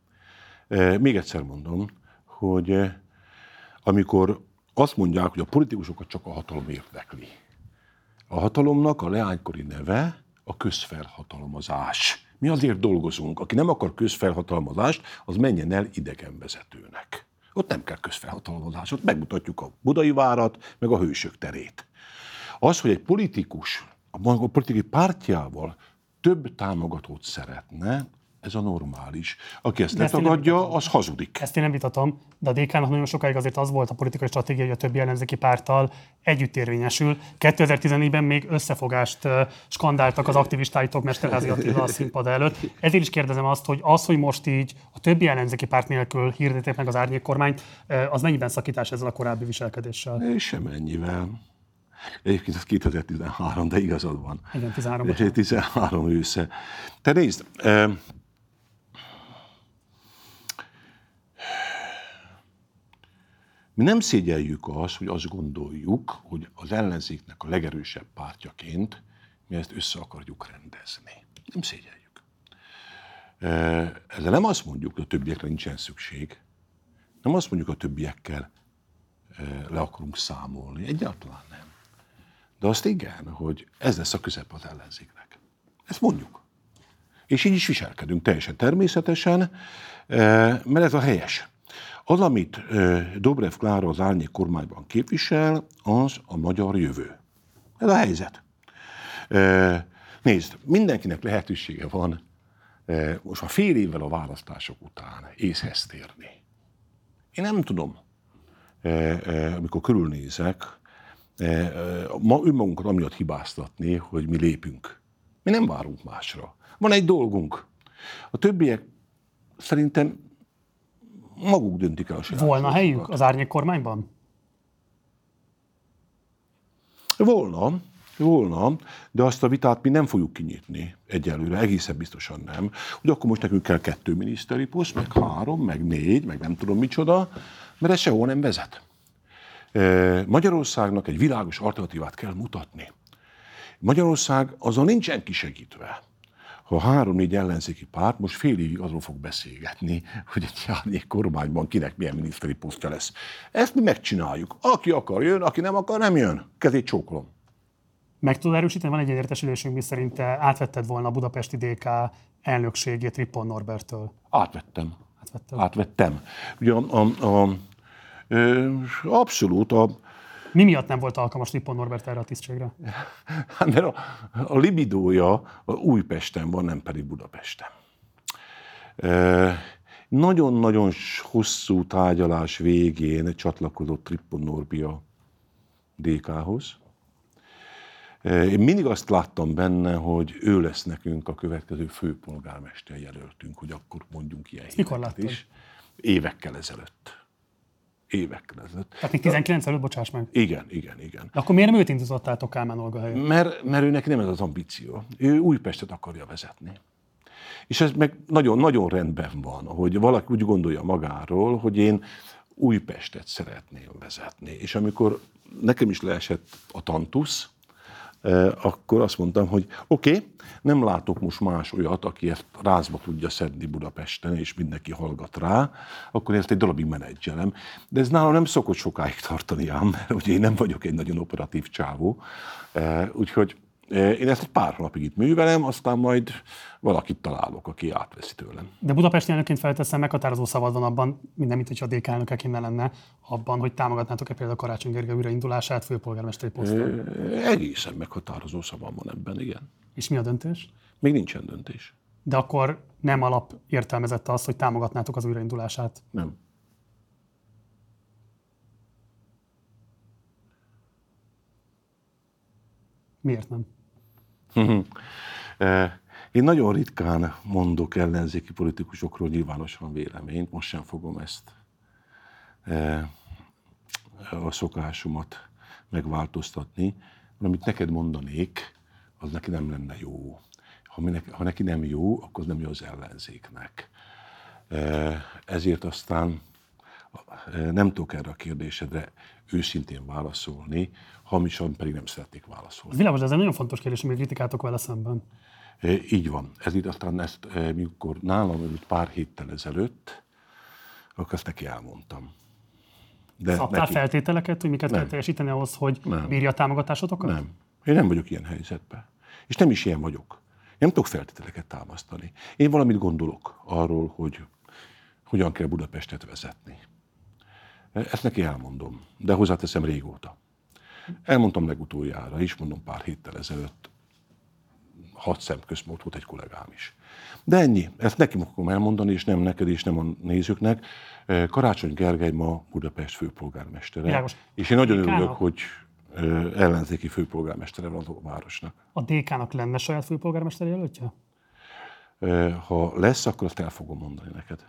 Még egyszer mondom, hogy amikor azt mondják, hogy a politikusokat csak a hatalom érdekli. A hatalomnak a leánykori neve a közfelhatalmazás. Mi azért dolgozunk. Aki nem akar közfelhatalmazást, az menjen el idegenvezetőnek. Ott nem kell közfelhatalmazás, ott megmutatjuk a Budai várat, meg a Hősök terét. Az, hogy egy politikus a politikai pártjával több támogatót szeretne, ez a normális. Aki ezt letagadja, az hazudik. Ezt én nem vitatom, de a dé ká-nak nagyon sokáig azért az volt a politikai stratégia, hogy a többi ellenzéki párttal együtt érvényesül. kétezer-tizennégyben még összefogást skandáltak az aktivistáitok Mesterházy Attila a színpad előtt. Ezért is kérdezem azt, hogy az, hogy most így a többi ellenzéki párt nélkül hirdeték meg az árnyék kormányt, az mennyiben szakítás ezzel a korábbi viselkedéssel? És semennyivel. Egyébként ez kétezer-tizenhárom, de igazad van. Igen, tizenhárom. tizenhárom ősze. Te nézd, mi nem szégyeljük azt, hogy azt gondoljuk, hogy az ellenzéknek a legerősebb pártjaként mi ezt össze akarjuk rendezni. Nem szégyeljük. Ezzel nem azt mondjuk, hogy a többiekre nincsen szükség. Nem azt mondjuk, hogy a többiekkel le akarunk számolni. Egyáltalán nem. De azt igen, hogy ez lesz a közep az ellenzéknek. Ezt mondjuk. És így is viselkedünk teljesen természetesen, mert ez a helyes. Az, amit Dobrev Klára az árnyék kormányban képvisel, az a magyar jövő. Ez a helyzet. Nézd, mindenkinek lehetősége van most már fél évvel a választások után észhez térni. Én nem tudom, amikor körülnézek, ma önmagunkat amiatt hibáztatni, hogy mi lépünk. Mi nem várunk másra. Van egy dolgunk. A többiek szerintem maguk döntik el a saját Volna helyük az árnyék kormányban? Volna, volna, de azt a vitát mi nem fogjuk kinyitni egyelőre, egészen biztosan nem. Hogy akkor most nekünk kell kettő miniszteri poszt, meg három, meg négy, meg nem tudom micsoda, mert ez sehol nem vezet. Magyarországnak egy világos alternatívát kell mutatni. Magyarország azon nincsen kisegítve, ha a három-négy ellenzéki párt most fél évig azon fog beszélgetni, hogy egy árnyék kormányban kinek milyen miniszteri posztja lesz. Ezt mi megcsináljuk. Aki akar, jön, aki nem akar, nem jön. Kezét csókolom. Meg tudod erősíteni? Van egy értesülésünk, miszerint te átvetted volna a budapesti dé ká elnökségét Rippon Norberttől. Átvettem. Átvetted. Átvettem. Ugye a, a, a, ö, abszolút a... Mi miatt nem volt alkalmas Rippon Norbert erre a tisztségre? Hát mert a, a libidója a Újpesten van, nem pedig Budapesten. E, nagyon-nagyon hosszú tárgyalás végén csatlakozott Rippon Norbi a dé kához. E, én mindig azt láttam benne, hogy ő lesz nekünk a következő főpolgármester jelöltünk, hogy akkor mondjunk ilyen híreket is. Évekkel ezelőtt. Évekkel ezelőtt. Tehát még tizenkilenc előtt, bocsáss meg. Igen, igen, igen. De akkor miért nem őt indítottátok Kálmán Olga helyett? Mert, mert ő neki nem ez az ambíció. Ő Újpestet akarja vezetni. És ez meg nagyon, nagyon rendben van, hogy valaki úgy gondolja magáról, hogy én Újpestet szeretném vezetni. És amikor nekem is leesett a tantusz, akkor azt mondtam, hogy oké, okay, nem látok most más olyat, aki ezt rázba tudja szedni Budapesten, és mindenki hallgat rá, akkor ezt egy darabig menedzselem. De ez nálam nem szokott sokáig tartani ám, mert ugye én nem vagyok egy nagyon operatív csávó. Úgyhogy én ezt egy pár napig itt művelem, aztán majd valakit találok, aki átveszi tőlem. De budapesti elnökként felteszem, meghatározó szavad van abban, minden, mint hogyha a dé ká elnökeként ne lenne, abban, hogy támogatnátok-e például Karácsony Gergely újraindulását főpolgármesteri poszton? Egészen meghatározó szavam van ebben, igen. És mi a döntés? Még nincsen döntés. De akkor nem alap értelmezette azt, hogy támogatnátok az újraindulását? Nem. Miért nem? Én nagyon ritkán mondok ellenzéki politikusokról nyilvánosan véleményt, most sem fogom ezt a szokásomat megváltoztatni, amit neked mondanék, az neki nem lenne jó. Ha neki, ha neki nem jó, akkor az nem jó az ellenzéknek. Ezért aztán nem tudok erre a kérdésedre őszintén válaszolni, hamisan pedig nem szeretnék válaszolni. Ez világos, de ez egy nagyon fontos kérdés, amit kritikáltok vele szemben. Így van. Ez itt aztán ezt, mikor nálam ült pár héttel ezelőtt, akkor ezt neki elmondtam. De szabtál neki feltételeket, hogy miket nem kell teljesíteni ahhoz, hogy nem bírja a támogatásotokat? Nem. Én nem vagyok ilyen helyzetben. És nem is ilyen vagyok. Én nem tudok feltételeket támasztani. Én valamit gondolok arról, hogy hogyan kell Budapestet vezetni. Ezt neki elmondom, de hozzáteszem régóta. Elmondtam legutoljára is, mondom pár héttel ezelőtt, hat szemközt volt egy kollégám is. De ennyi, ezt neki fogom elmondani, és nem neked, és nem a nézőknek. Karácsony Gergely ma Budapest főpolgármestere. Világos. És én nagyon örülök, hogy ellenzéki főpolgármestere van a városnak. A dé ká-nak lenne saját főpolgármester jelöltje? Ha lesz, akkor azt el fogom mondani neked.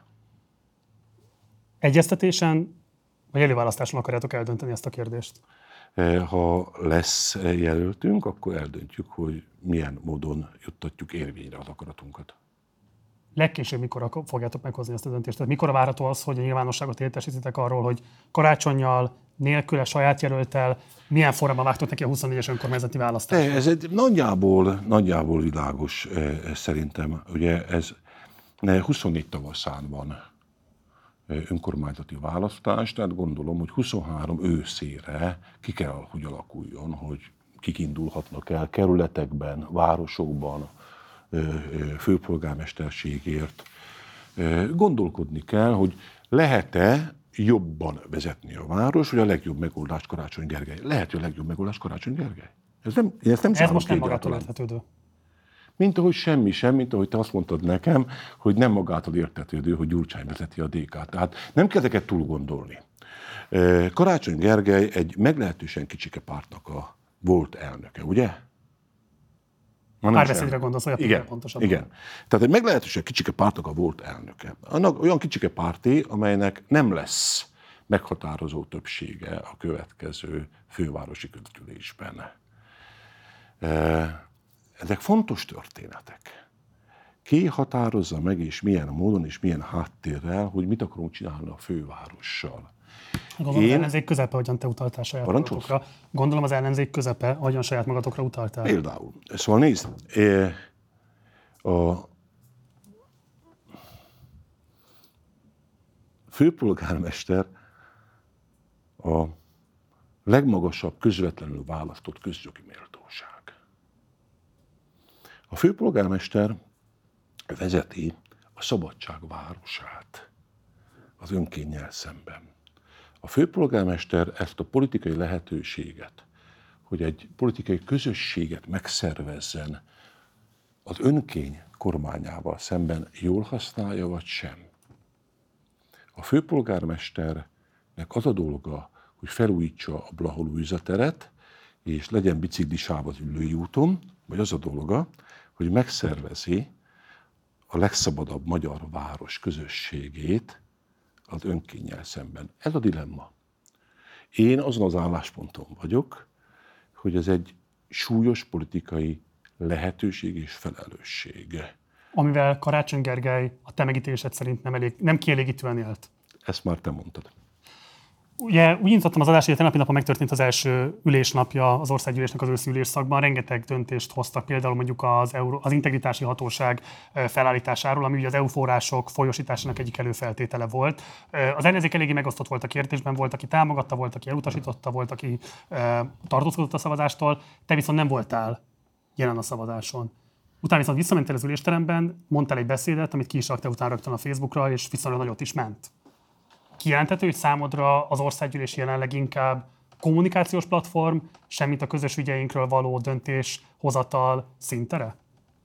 Egyeztetésen vagy előválasztáson akarjátok eldönteni ezt a kérdést? Ha lesz jelöltünk, akkor eldöntjük, hogy milyen módon juttatjuk érvényre az akaratunkat. Legkésőbb mikor fogjátok meghozni ezt a döntést? Tehát mikor várható az, hogy a nyilvánosságot értesítitek arról, hogy Karácsonnyal, nélküle, saját jelölttel, milyen formában vágtok neki a huszonnégyes önkormányzati választást? Ez egy nagyjából, nagyjából világos szerintem. Ugye ez huszonnégy tavaszán van önkormányzati választás, tehát gondolom, hogy huszonhárom őszére ki kell, hogy alakuljon, hogy kik indulhatnak el kerületekben, városokban, főpolgármesterségért, Gondolkodni kell, hogy lehet-e jobban vezetni a város, vagy a legjobb megoldás Karácsony Gergely. Lehet, hogy a legjobb megoldás Karácsony Gergely. Ez, nem, én ezt nem Ez most nem magától értetődő. Mint ahogy semmi sem, mint ahogy te azt mondtad nekem, hogy nem magától értetődő, hogy Gyurcsány vezeti a dé ká-t. Tehát nem kell ezeket túl gondolni. Karácsony Gergely egy meglehetősen kicsike pártnak a volt elnöke, ugye? Párbeszédre gondolsz, olyan igen, pontosabban. Igen. Tehát egy meglehetősen kicsike pártnak a volt elnöke. Annak olyan kicsike párti, amelynek nem lesz meghatározó többsége a következő fővárosi közgyűlésben. Ezek fontos történetek. Ki határozza meg, és milyen módon, és milyen háttérrel, hogy mit akarunk csinálni a fővárossal. Gondolom Én... az ellenzék közepe, hogyan te utaltál saját Parancsolsz? magatokra. Gondolom az ellenzék közepe, hogyan saját magatokra utaltál. Például. Szóval nézd, a főpolgármester a legmagasabb közvetlenül választott közjogi méltóság. A főpolgármester vezeti a szabadság városát az önkénnyel szemben. A főpolgármester ezt a politikai lehetőséget, hogy egy politikai közösséget megszervezzen az önkény kormányával szemben, jól használja, vagy sem. A főpolgármesternek az a dolga, hogy felújítsa a Blaha-Lujza teret, és legyen biciklisáv az Üllői úton, vagy az a dolga, hogy megszervezi a legszabadabb magyar város közösségét az önkénnyel szemben. Ez a dilemma. Én azon az állásponton vagyok, hogy ez egy súlyos politikai lehetőség és felelősség. Amivel Karácsony Gergely a te megítélésed szerint nem, elég, nem kielégítően élt. Ezt már te mondtad. Ugye úgy nyitottam az adást, hogy a tegnapi napon megtörtént az első ülésnapja az országgyűlésnek az őszi ülésszakban. Rengeteg döntést hoztak, például mondjuk az, Euró, az integritási hatóság felállításáról, ami ugye az é u források folyosításának egyik előfeltétele volt. Az ellenzék eléggé megosztott volt a kérdésben, volt, aki támogatta, volt, aki elutasította, volt, aki tartózkodott a szavazástól. Te viszont nem voltál jelen a szavazáson. Utána viszont visszamentél az ülésteremben, mondtál egy beszédet, amit ki is raktál utána rögtön a Facebookra, és viszonylag nagyot is ment. Kijelenthető, hogy számodra az országgyűlés jelenleg inkább kommunikációs platform, semmint a közös ügyeinkről való döntéshozatal szintere?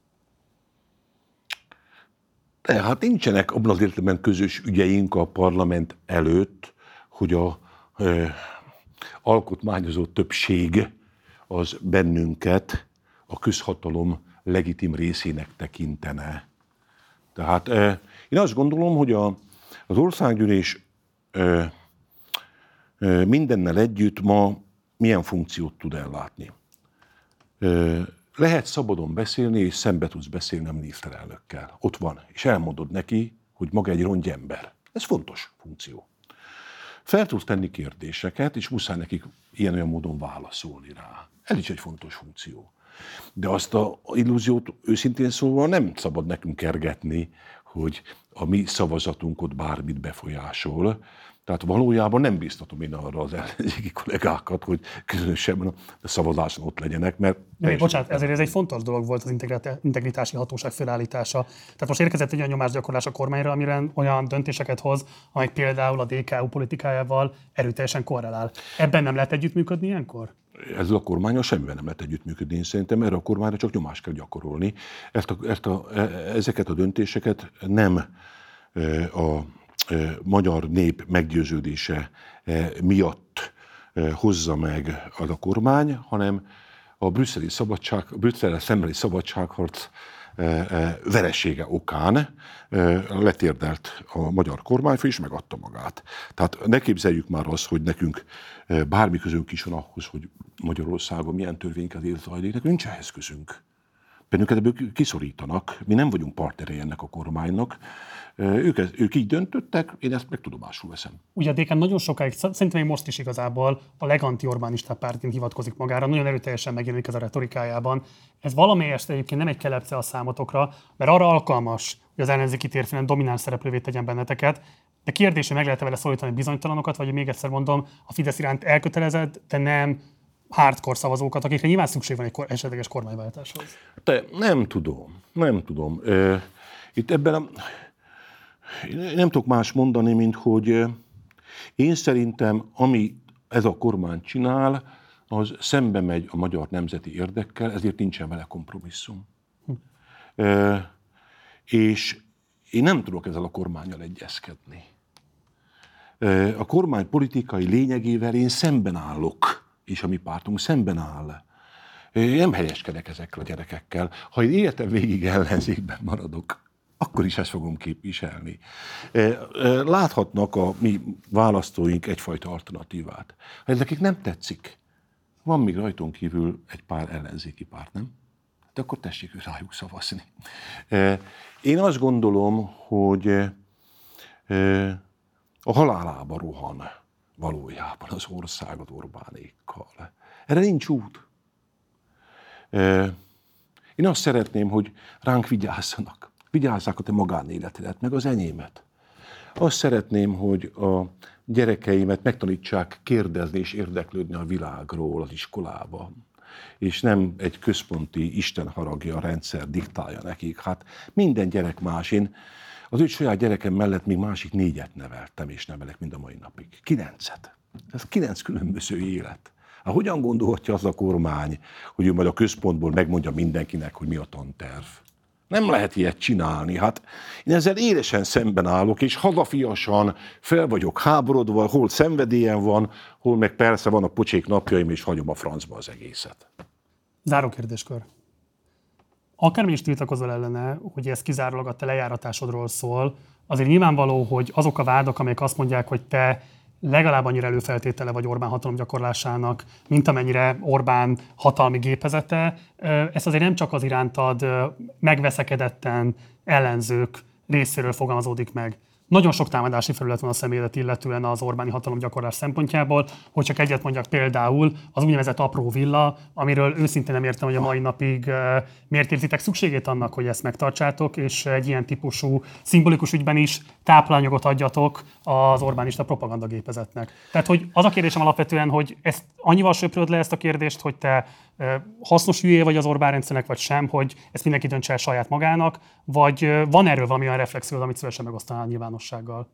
De hát nincsenek abban az értelemben közös ügyeink a parlament előtt, hogy a e, alkotmányozó többség az bennünket a közhatalom legitim részének tekintene. Tehát e, én azt gondolom, hogy a, az országgyűlés Ö, ö, mindennel együtt ma milyen funkciót tud ellátni. Ö, lehet szabadon beszélni, és szembe tudsz beszélni a miniszterelnökkel. Ott van, és elmondod neki, hogy maga egy rongy ember. Ez fontos funkció. Fel tudsz tenni kérdéseket, és muszáj nekik ilyen-olyan módon válaszolni rá. Ez is egy fontos funkció. De azt az illúziót őszintén szólva nem szabad nekünk kergetni, hogy a mi szavazatunkat bármit befolyásol. Tehát valójában nem bíztatom én arra az ellenzéki kollégákat, hogy különösebben a szavazáson ott legyenek, mert... De még bocsánat, ezért ez egy fontos dolog volt az integritási hatóság felállítása. Tehát most érkezett egy olyan nyomásgyakorlás a kormányra, amire olyan döntéseket hoz, amely például a dé ká u politikájával erőteljesen korrelál. Ebben nem lehet együttműködni ilyenkor? Ezzel a kormánnyal semmivel nem lehet együttműködni, én szerintem erre a kormányra csak nyomást kell gyakorolni. Ezt a, ezt a, ezeket a döntéseket nem a magyar nép meggyőződése miatt hozza meg az a kormány, hanem a brüsszeli szabadság, a brüsszellel szembeni szabadságharc veresége okán letérdelt a magyar kormányfő, és megadta magát. Tehát ne képzeljük már azt, hogy nekünk bármi közünk is van ahhoz, hogy Magyarországon milyen törvénykezés zajlik, nekünk nincs ehhez közünk. Bennünket ebből kiszorítanak, mi nem vagyunk partnerei ennek a kormánynak. Ők, ők így döntöttek, én ezt meg tudomásul veszem. Ugye a dé ká nagyon sokáig, szerintem még most is igazából a leganti-orbánistább pártként hivatkozik magára, nagyon erőteljesen megjelenik ez a retorikájában. Ez valamelyest egyébként nem egy kelepce a számotokra, mert arra alkalmas, hogy az ellenzéki térfélen domináns szereplővé tegyen benneteket, de kérdés, hogy meg lehet-e vele szólítani bizonytalanokat, vagy még egyszer mondom, a Fidesz iránt elkötelezett, de nem hardcore szavazókat, akikre nyilván szükség van egy kor- esetleges kormányváltáshoz. Te, nem tudom, nem tudom. Itt ebben a... Én nem tudok más mondani, mint hogy én szerintem, ami ez a kormány csinál, az szembe megy a magyar nemzeti érdekkel, ezért nincsen vele kompromisszum. Hm. E, és én nem tudok ezzel a kormánnyal egyezkedni. E, a kormány politikai lényegével én szemben állok, és a mi pártunk szemben áll. Én nem helyeskedek ezekkel a gyerekekkel. Ha én életem végig ellenzékben maradok, akkor is ezt fogom képviselni. Láthatnak a mi választóink egyfajta alternatívát. Ha ez nekik nem tetszik, van még rajtunk kívül egy pár ellenzéki párt, nem? De akkor tessék rájuk szavazni. Én azt gondolom, hogy a halálába rohan valójában az országot Orbánékkal. Erre nincs út. Én azt szeretném, hogy ránk vigyázzanak. Vigyázzák a te magánéletedet, meg az enyémet. Azt szeretném, hogy a gyerekeimet megtanítsák kérdezni és érdeklődni a világról az iskolában. És nem egy központi Isten haragja a rendszer diktálja nekik. Hát minden gyerek más. Én az ő saját gyerekem mellett még másik négyet neveltem, és nevelek mind a mai napig. Kilencet. Ez kilenc különböző élet. Hát hogyan gondolhatja az a kormány, hogy ő majd a központból megmondja mindenkinek, hogy mi a tanterv? Nem lehet ilyet csinálni. Hát én ezzel élesen szemben állok, és hazafiasan fel vagyok háborodva, hol szenvedélyen van, hol meg persze van a pocsék napjaim, és hagyom a francba az egészet. Záró kérdéskör. Akármi is tiltakozol ellene, hogy ez kizárólag a te lejáratásodról szól, azért nyilvánvaló, hogy azok a vádak, amelyek azt mondják, hogy te legalább annyira előfeltétele vagy Orbán hatalomgyakorlásának, mint amennyire Orbán hatalmi gépezete. Ez azért nem csak az irántad megveszekedetten ellenzők részéről fogalmazódik meg. Nagyon sok támadási felület van a személyedet illetően az Orbáni hatalomgyakorlás szempontjából, hogy csak egyet mondjak, például az úgynevezett apró villa, amiről őszintén nem értem, hogy a mai napig miért érzitek szükségét annak, hogy ezt megtartsátok, és egy ilyen típusú szimbolikus ügyben is táplálékot adjatok az Orbánista propagandagépezetnek. Tehát, hogy az a kérdésem alapvetően, hogy ezt annyival söpröd le ezt a kérdést, hogy te hasznos hülyé vagy az Orbán rendszernek, vagy sem, hogy ezt mindenki döntse el saját magának, vagy van erről valami olyan reflexió, amit szívesen megosztanál nyilvánossággal?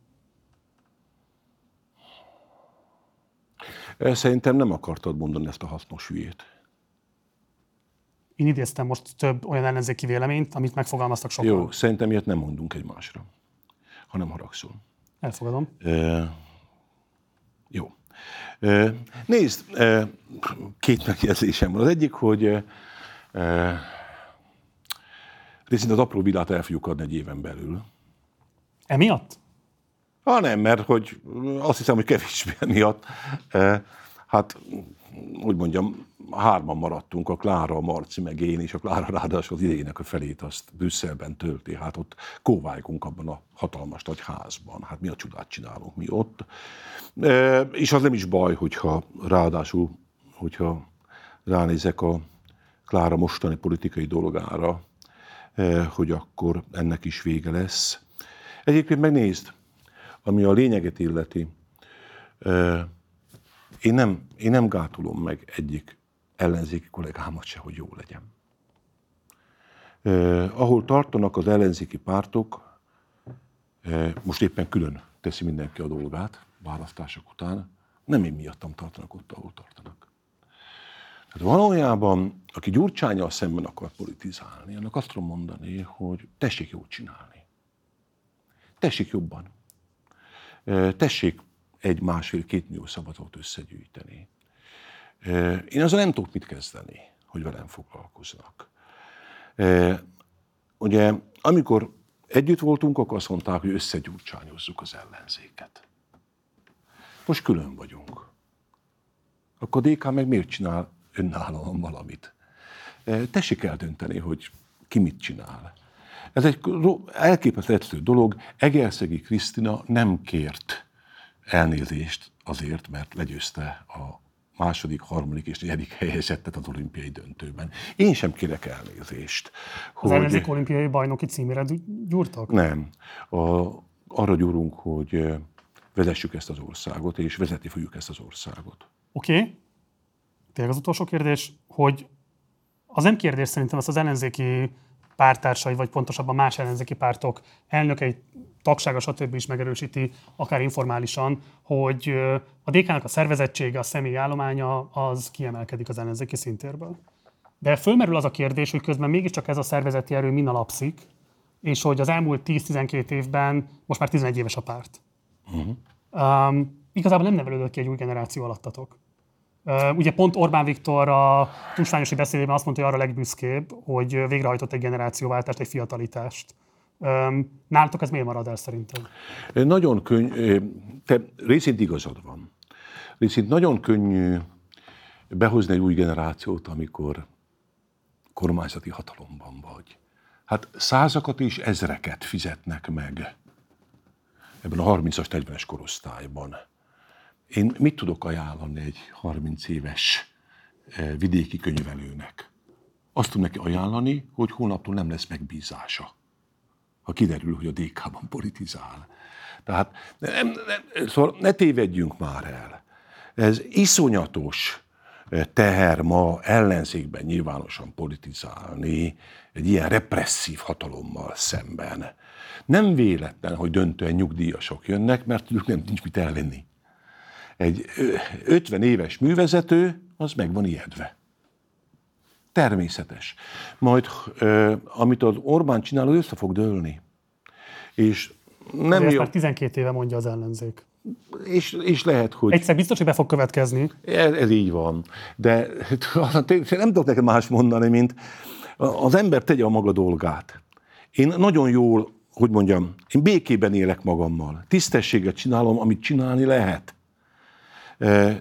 Szerintem nem akartad mondani ezt a hasznos hülyét. Én idéztem most több olyan ellenzéki véleményt, amit megfogalmaztak sokan. Jó, szerintem ilyet nem mondunk egymásra, ha nem haragszol. Elfogadom. E, jó. E, nézd, e, két megjegyzésem van. Az egyik, hogy e, részint az apró villát el fogjuk adni egy éven belül. Emiatt? Ha nem, mert hogy azt hiszem, hogy kevésbé miatt. E, hát, úgy mondjam, hárman maradtunk, a Klára, a Marci, meg én, és a Klára ráadásul az idejének a felét azt Brüsszelben tölti. Hát ott kóválygunk abban a hatalmas nagy házban. Hát mi a csodát csinálunk mi ott. E, és az nem is baj, hogyha ráadásul, hogyha ránézek a Klára mostani politikai dolgára, e, hogy akkor ennek is vége lesz. Egyébként megnézd, ami a lényeget illeti, e, én nem, én nem gátolom meg egyik ellenzéki kollégámat se, hogy jó legyen. Eh, ahol tartanak az ellenzéki pártok, eh, most éppen külön teszi mindenki a dolgát, választások után, nem én miattam tartanak ott, ahol tartanak. Tehát valójában, aki Gyurcsánnyal szemben akar politizálni, annak azt tudom mondani, hogy tessék jót csinálni. Tessék jobban. Eh, tessék egy másfél-két millió szavazatot összegyűjteni. Én azzal nem tudok mit kezdeni, hogy velem foglalkoznak. Ugye, amikor együtt voltunk, akkor azt mondták, hogy összegyurcsányozzuk az ellenzéket. Most külön vagyunk. Akkor a dé ká meg miért csinál önállóan valamit? Tessék eldönteni, hogy ki mit csinál. Ez egy elképesztő dolog. Egerszegi Krisztina nem kért elnézést azért, mert legyőzte a második, harmadik és negyedik helyezettet az olimpiai döntőben. Én sem kérek elnézést. Az hogy... ellenzék olimpiai bajnoki címére gyúrtak? Nem. A, arra gyúrunk, hogy vezessük ezt az országot, és vezetni fogjuk ezt az országot. Oké. Okay. Tényleg az utolsó kérdés, hogy az nem kérdés szerintem, azt az ellenzéki pártársai, vagy pontosabban más ellenzéki pártok elnökei tagsága, stb. Is megerősíti, akár informálisan, hogy a dé ká-nak a szervezettsége, a személyi állománya az kiemelkedik az ellenzéki szintérből. De fölmerül az a kérdés, hogy közben mégiscsak ez a szervezeti erő min alapszik, és hogy az elmúlt tíz-tizenkét évben most már tizenegy éves a párt. Uh-huh. Um, igazából nem nevelődött ki egy új generáció alattatok. Uh, ugye pont Orbán Viktor a tusványosi beszédében azt mondta, hogy arra legbüszkébb, hogy végrehajtott egy generációváltást, egy fiatalitást. Um, nálatok ez miért marad el szerintem? Nagyon könnyű, te részint igazad van. Részint nagyon könnyű behozni egy új generációt, amikor kormányzati hatalomban vagy. Hát százakat és ezreket fizetnek meg ebben a harmincas, negyvenes korosztályban. Én mit tudok ajánlani egy harminc éves vidéki könyvelőnek? Azt tudom neki ajánlani, hogy holnaptól nem lesz megbízása, ha kiderül, hogy a dé ká-ban politizál. Tehát nem, nem, szóval ne tévedjünk már el. Ez iszonyatos teher ma ellenzékben nyilvánosan politizálni egy ilyen represszív hatalommal szemben. Nem véletlen, hogy döntően nyugdíjasok jönnek, mert tudjuk, nem nincs mit elvenni. Egy ötven éves művezető, az meg van ijedve. Természetes. Majd, amit az Orbán csinál, az össze fog dőlni. És nem jó. Ezt jó... már tizenkét éve mondja az ellenzék. És, és lehet, hogy... Egyszer biztos, hogy be fog következni. Ez, ez így van. De nem tudok neked más mondani, mint az ember tegye a maga dolgát. Én nagyon jól, hogy mondjam, én békében élek magammal. Tisztességet csinálom, amit csinálni lehet. E,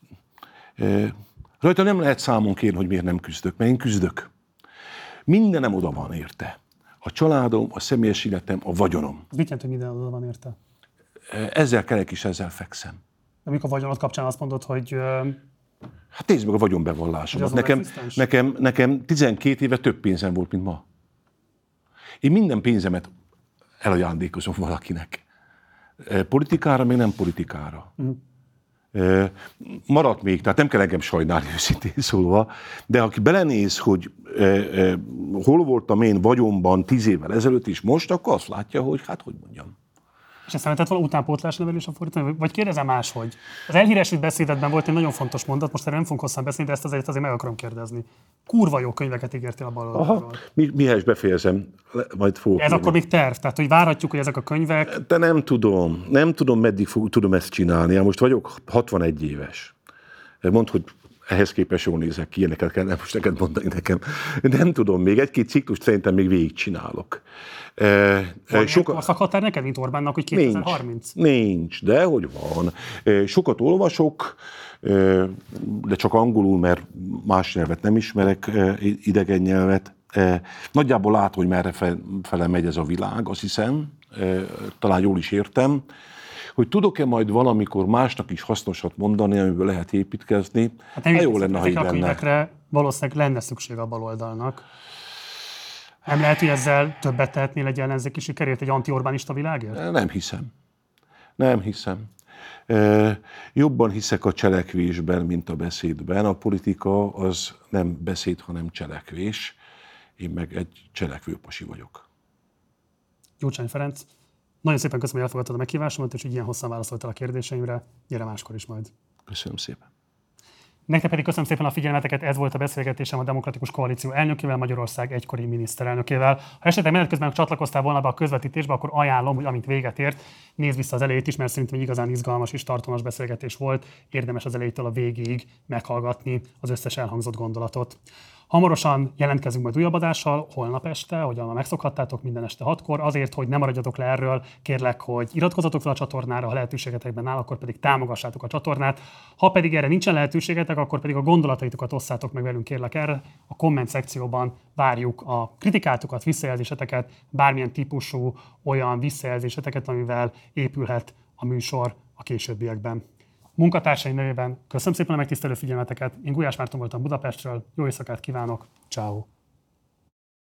e, rajta nem lehet számon kérni, hogy miért nem küzdök, mert én küzdök. Mindenem oda van érte. A családom, a személyes életem, a vagyonom. Ez mit jelent, hogy minden oda van érte? Ezzel kelek és ezzel fekszem. De amikor a vagyonod kapcsán azt mondod, hogy... Hát nézd meg a vagyonbevallásomat. Nekem, nekem, nekem tizenkét éve több pénzem volt, mint ma. Én minden pénzemet elajándékozom valakinek. Politikára, még nem politikára. Uh-huh. Maradt még, tehát nem kell engem sajnálni őszintén szólva, de aki belenéz, hogy eh, eh, hol voltam én vagyonban tíz évvel ezelőtt is most, akkor azt látja, hogy hát hogy mondjam. És ezt lehetett volna utánpótlás nevelésre fordítani? Vagy kérdezem máshogy. Az elhíresült beszédedben volt egy nagyon fontos mondat, most erre nem fogunk hosszan beszélni, de ezt azért, azért meg akarom kérdezni. Kurva jó könyveket ígértél a baloldalról. Mi, mihez befejezem, majd fogok. Ez akkor még terv, tehát hogy várhatjuk, hogy ezek a könyvek... De nem tudom, nem tudom, meddig fog, tudom ezt csinálni. Ja, most vagyok hatvanegy éves. Mondd, hogy ehhez képest jól nézek ki, ilyeneket kell nem most neked mondani nekem. Nem tudom, még egy-két ciklust szerintem még végigcsinálok. Van soka... ilyen szakhatár neked, mint Orbánnak, hogy kétezer-harminc? Nincs, nincs, de hogy van. Sokat olvasok, de csak angolul, mert más nyelvet nem ismerek, idegen nyelvet. Nagyjából lát, hogy merre fele megy ez a világ, azt hiszem, talán jól is értem. Hogy tudok-e majd valamikor másnak is hasznosat mondani, amiből lehet építkezni, hát nem jó lenne, ha így lenne. A könyvekre valószínűleg lenne szükség a baloldalnak. Nem lehet, hogy ezzel többet tehetnél egy ellenzéki sikerért, egy anti-orbánista világért? Nem hiszem. Nem hiszem. E, jobban hiszek a cselekvésben, mint a beszédben. A politika az nem beszéd, hanem cselekvés. Én meg egy cselekvő pasi vagyok. Gyurcsány Ferenc, nagyon szépen köszönöm, hogy elfogadtad a meghívásomat, és így ilyen hosszan válaszoltál a kérdéseimre. Gyere máskor is majd. Köszönöm szépen. Nektek pedig köszönöm szépen a figyelmeteket, ez volt a beszélgetésem a Demokratikus Koalíció elnökével, Magyarország egykori miniszterelnökével. Ha esetleg menet közben csatlakoztál volna be a közvetítésbe, akkor ajánlom, hogy amint véget ért, nézd vissza az elejét is, mert szerintem egy igazán izgalmas és tartalmas beszélgetés volt. Érdemes az elejétől a végéig meghallgatni az összes elhangzott gondolatot. Hamarosan jelentkezünk majd újabb adással, holnap este, ahogyan már megszokhattátok, minden este hatkor. Azért, hogy ne maradjatok le erről, kérlek, hogy iratkozzatok fel a csatornára, ha lehetőségetekben áll, akkor pedig támogassátok a csatornát. Ha pedig erre nincsen lehetőségetek, akkor pedig a gondolataitokat osszátok meg velünk, kérlek erre. A komment szekcióban várjuk a kritikátokat, visszajelzéseteket, bármilyen típusú olyan visszajelzéseteket, amivel épülhet a műsor a későbbiekben. Munkatársaim nevében köszönöm szépen a megtisztelő figyelmeteket. Én Gulyás Márton voltam Budapestről. Jó éjszakát kívánok. Ciao.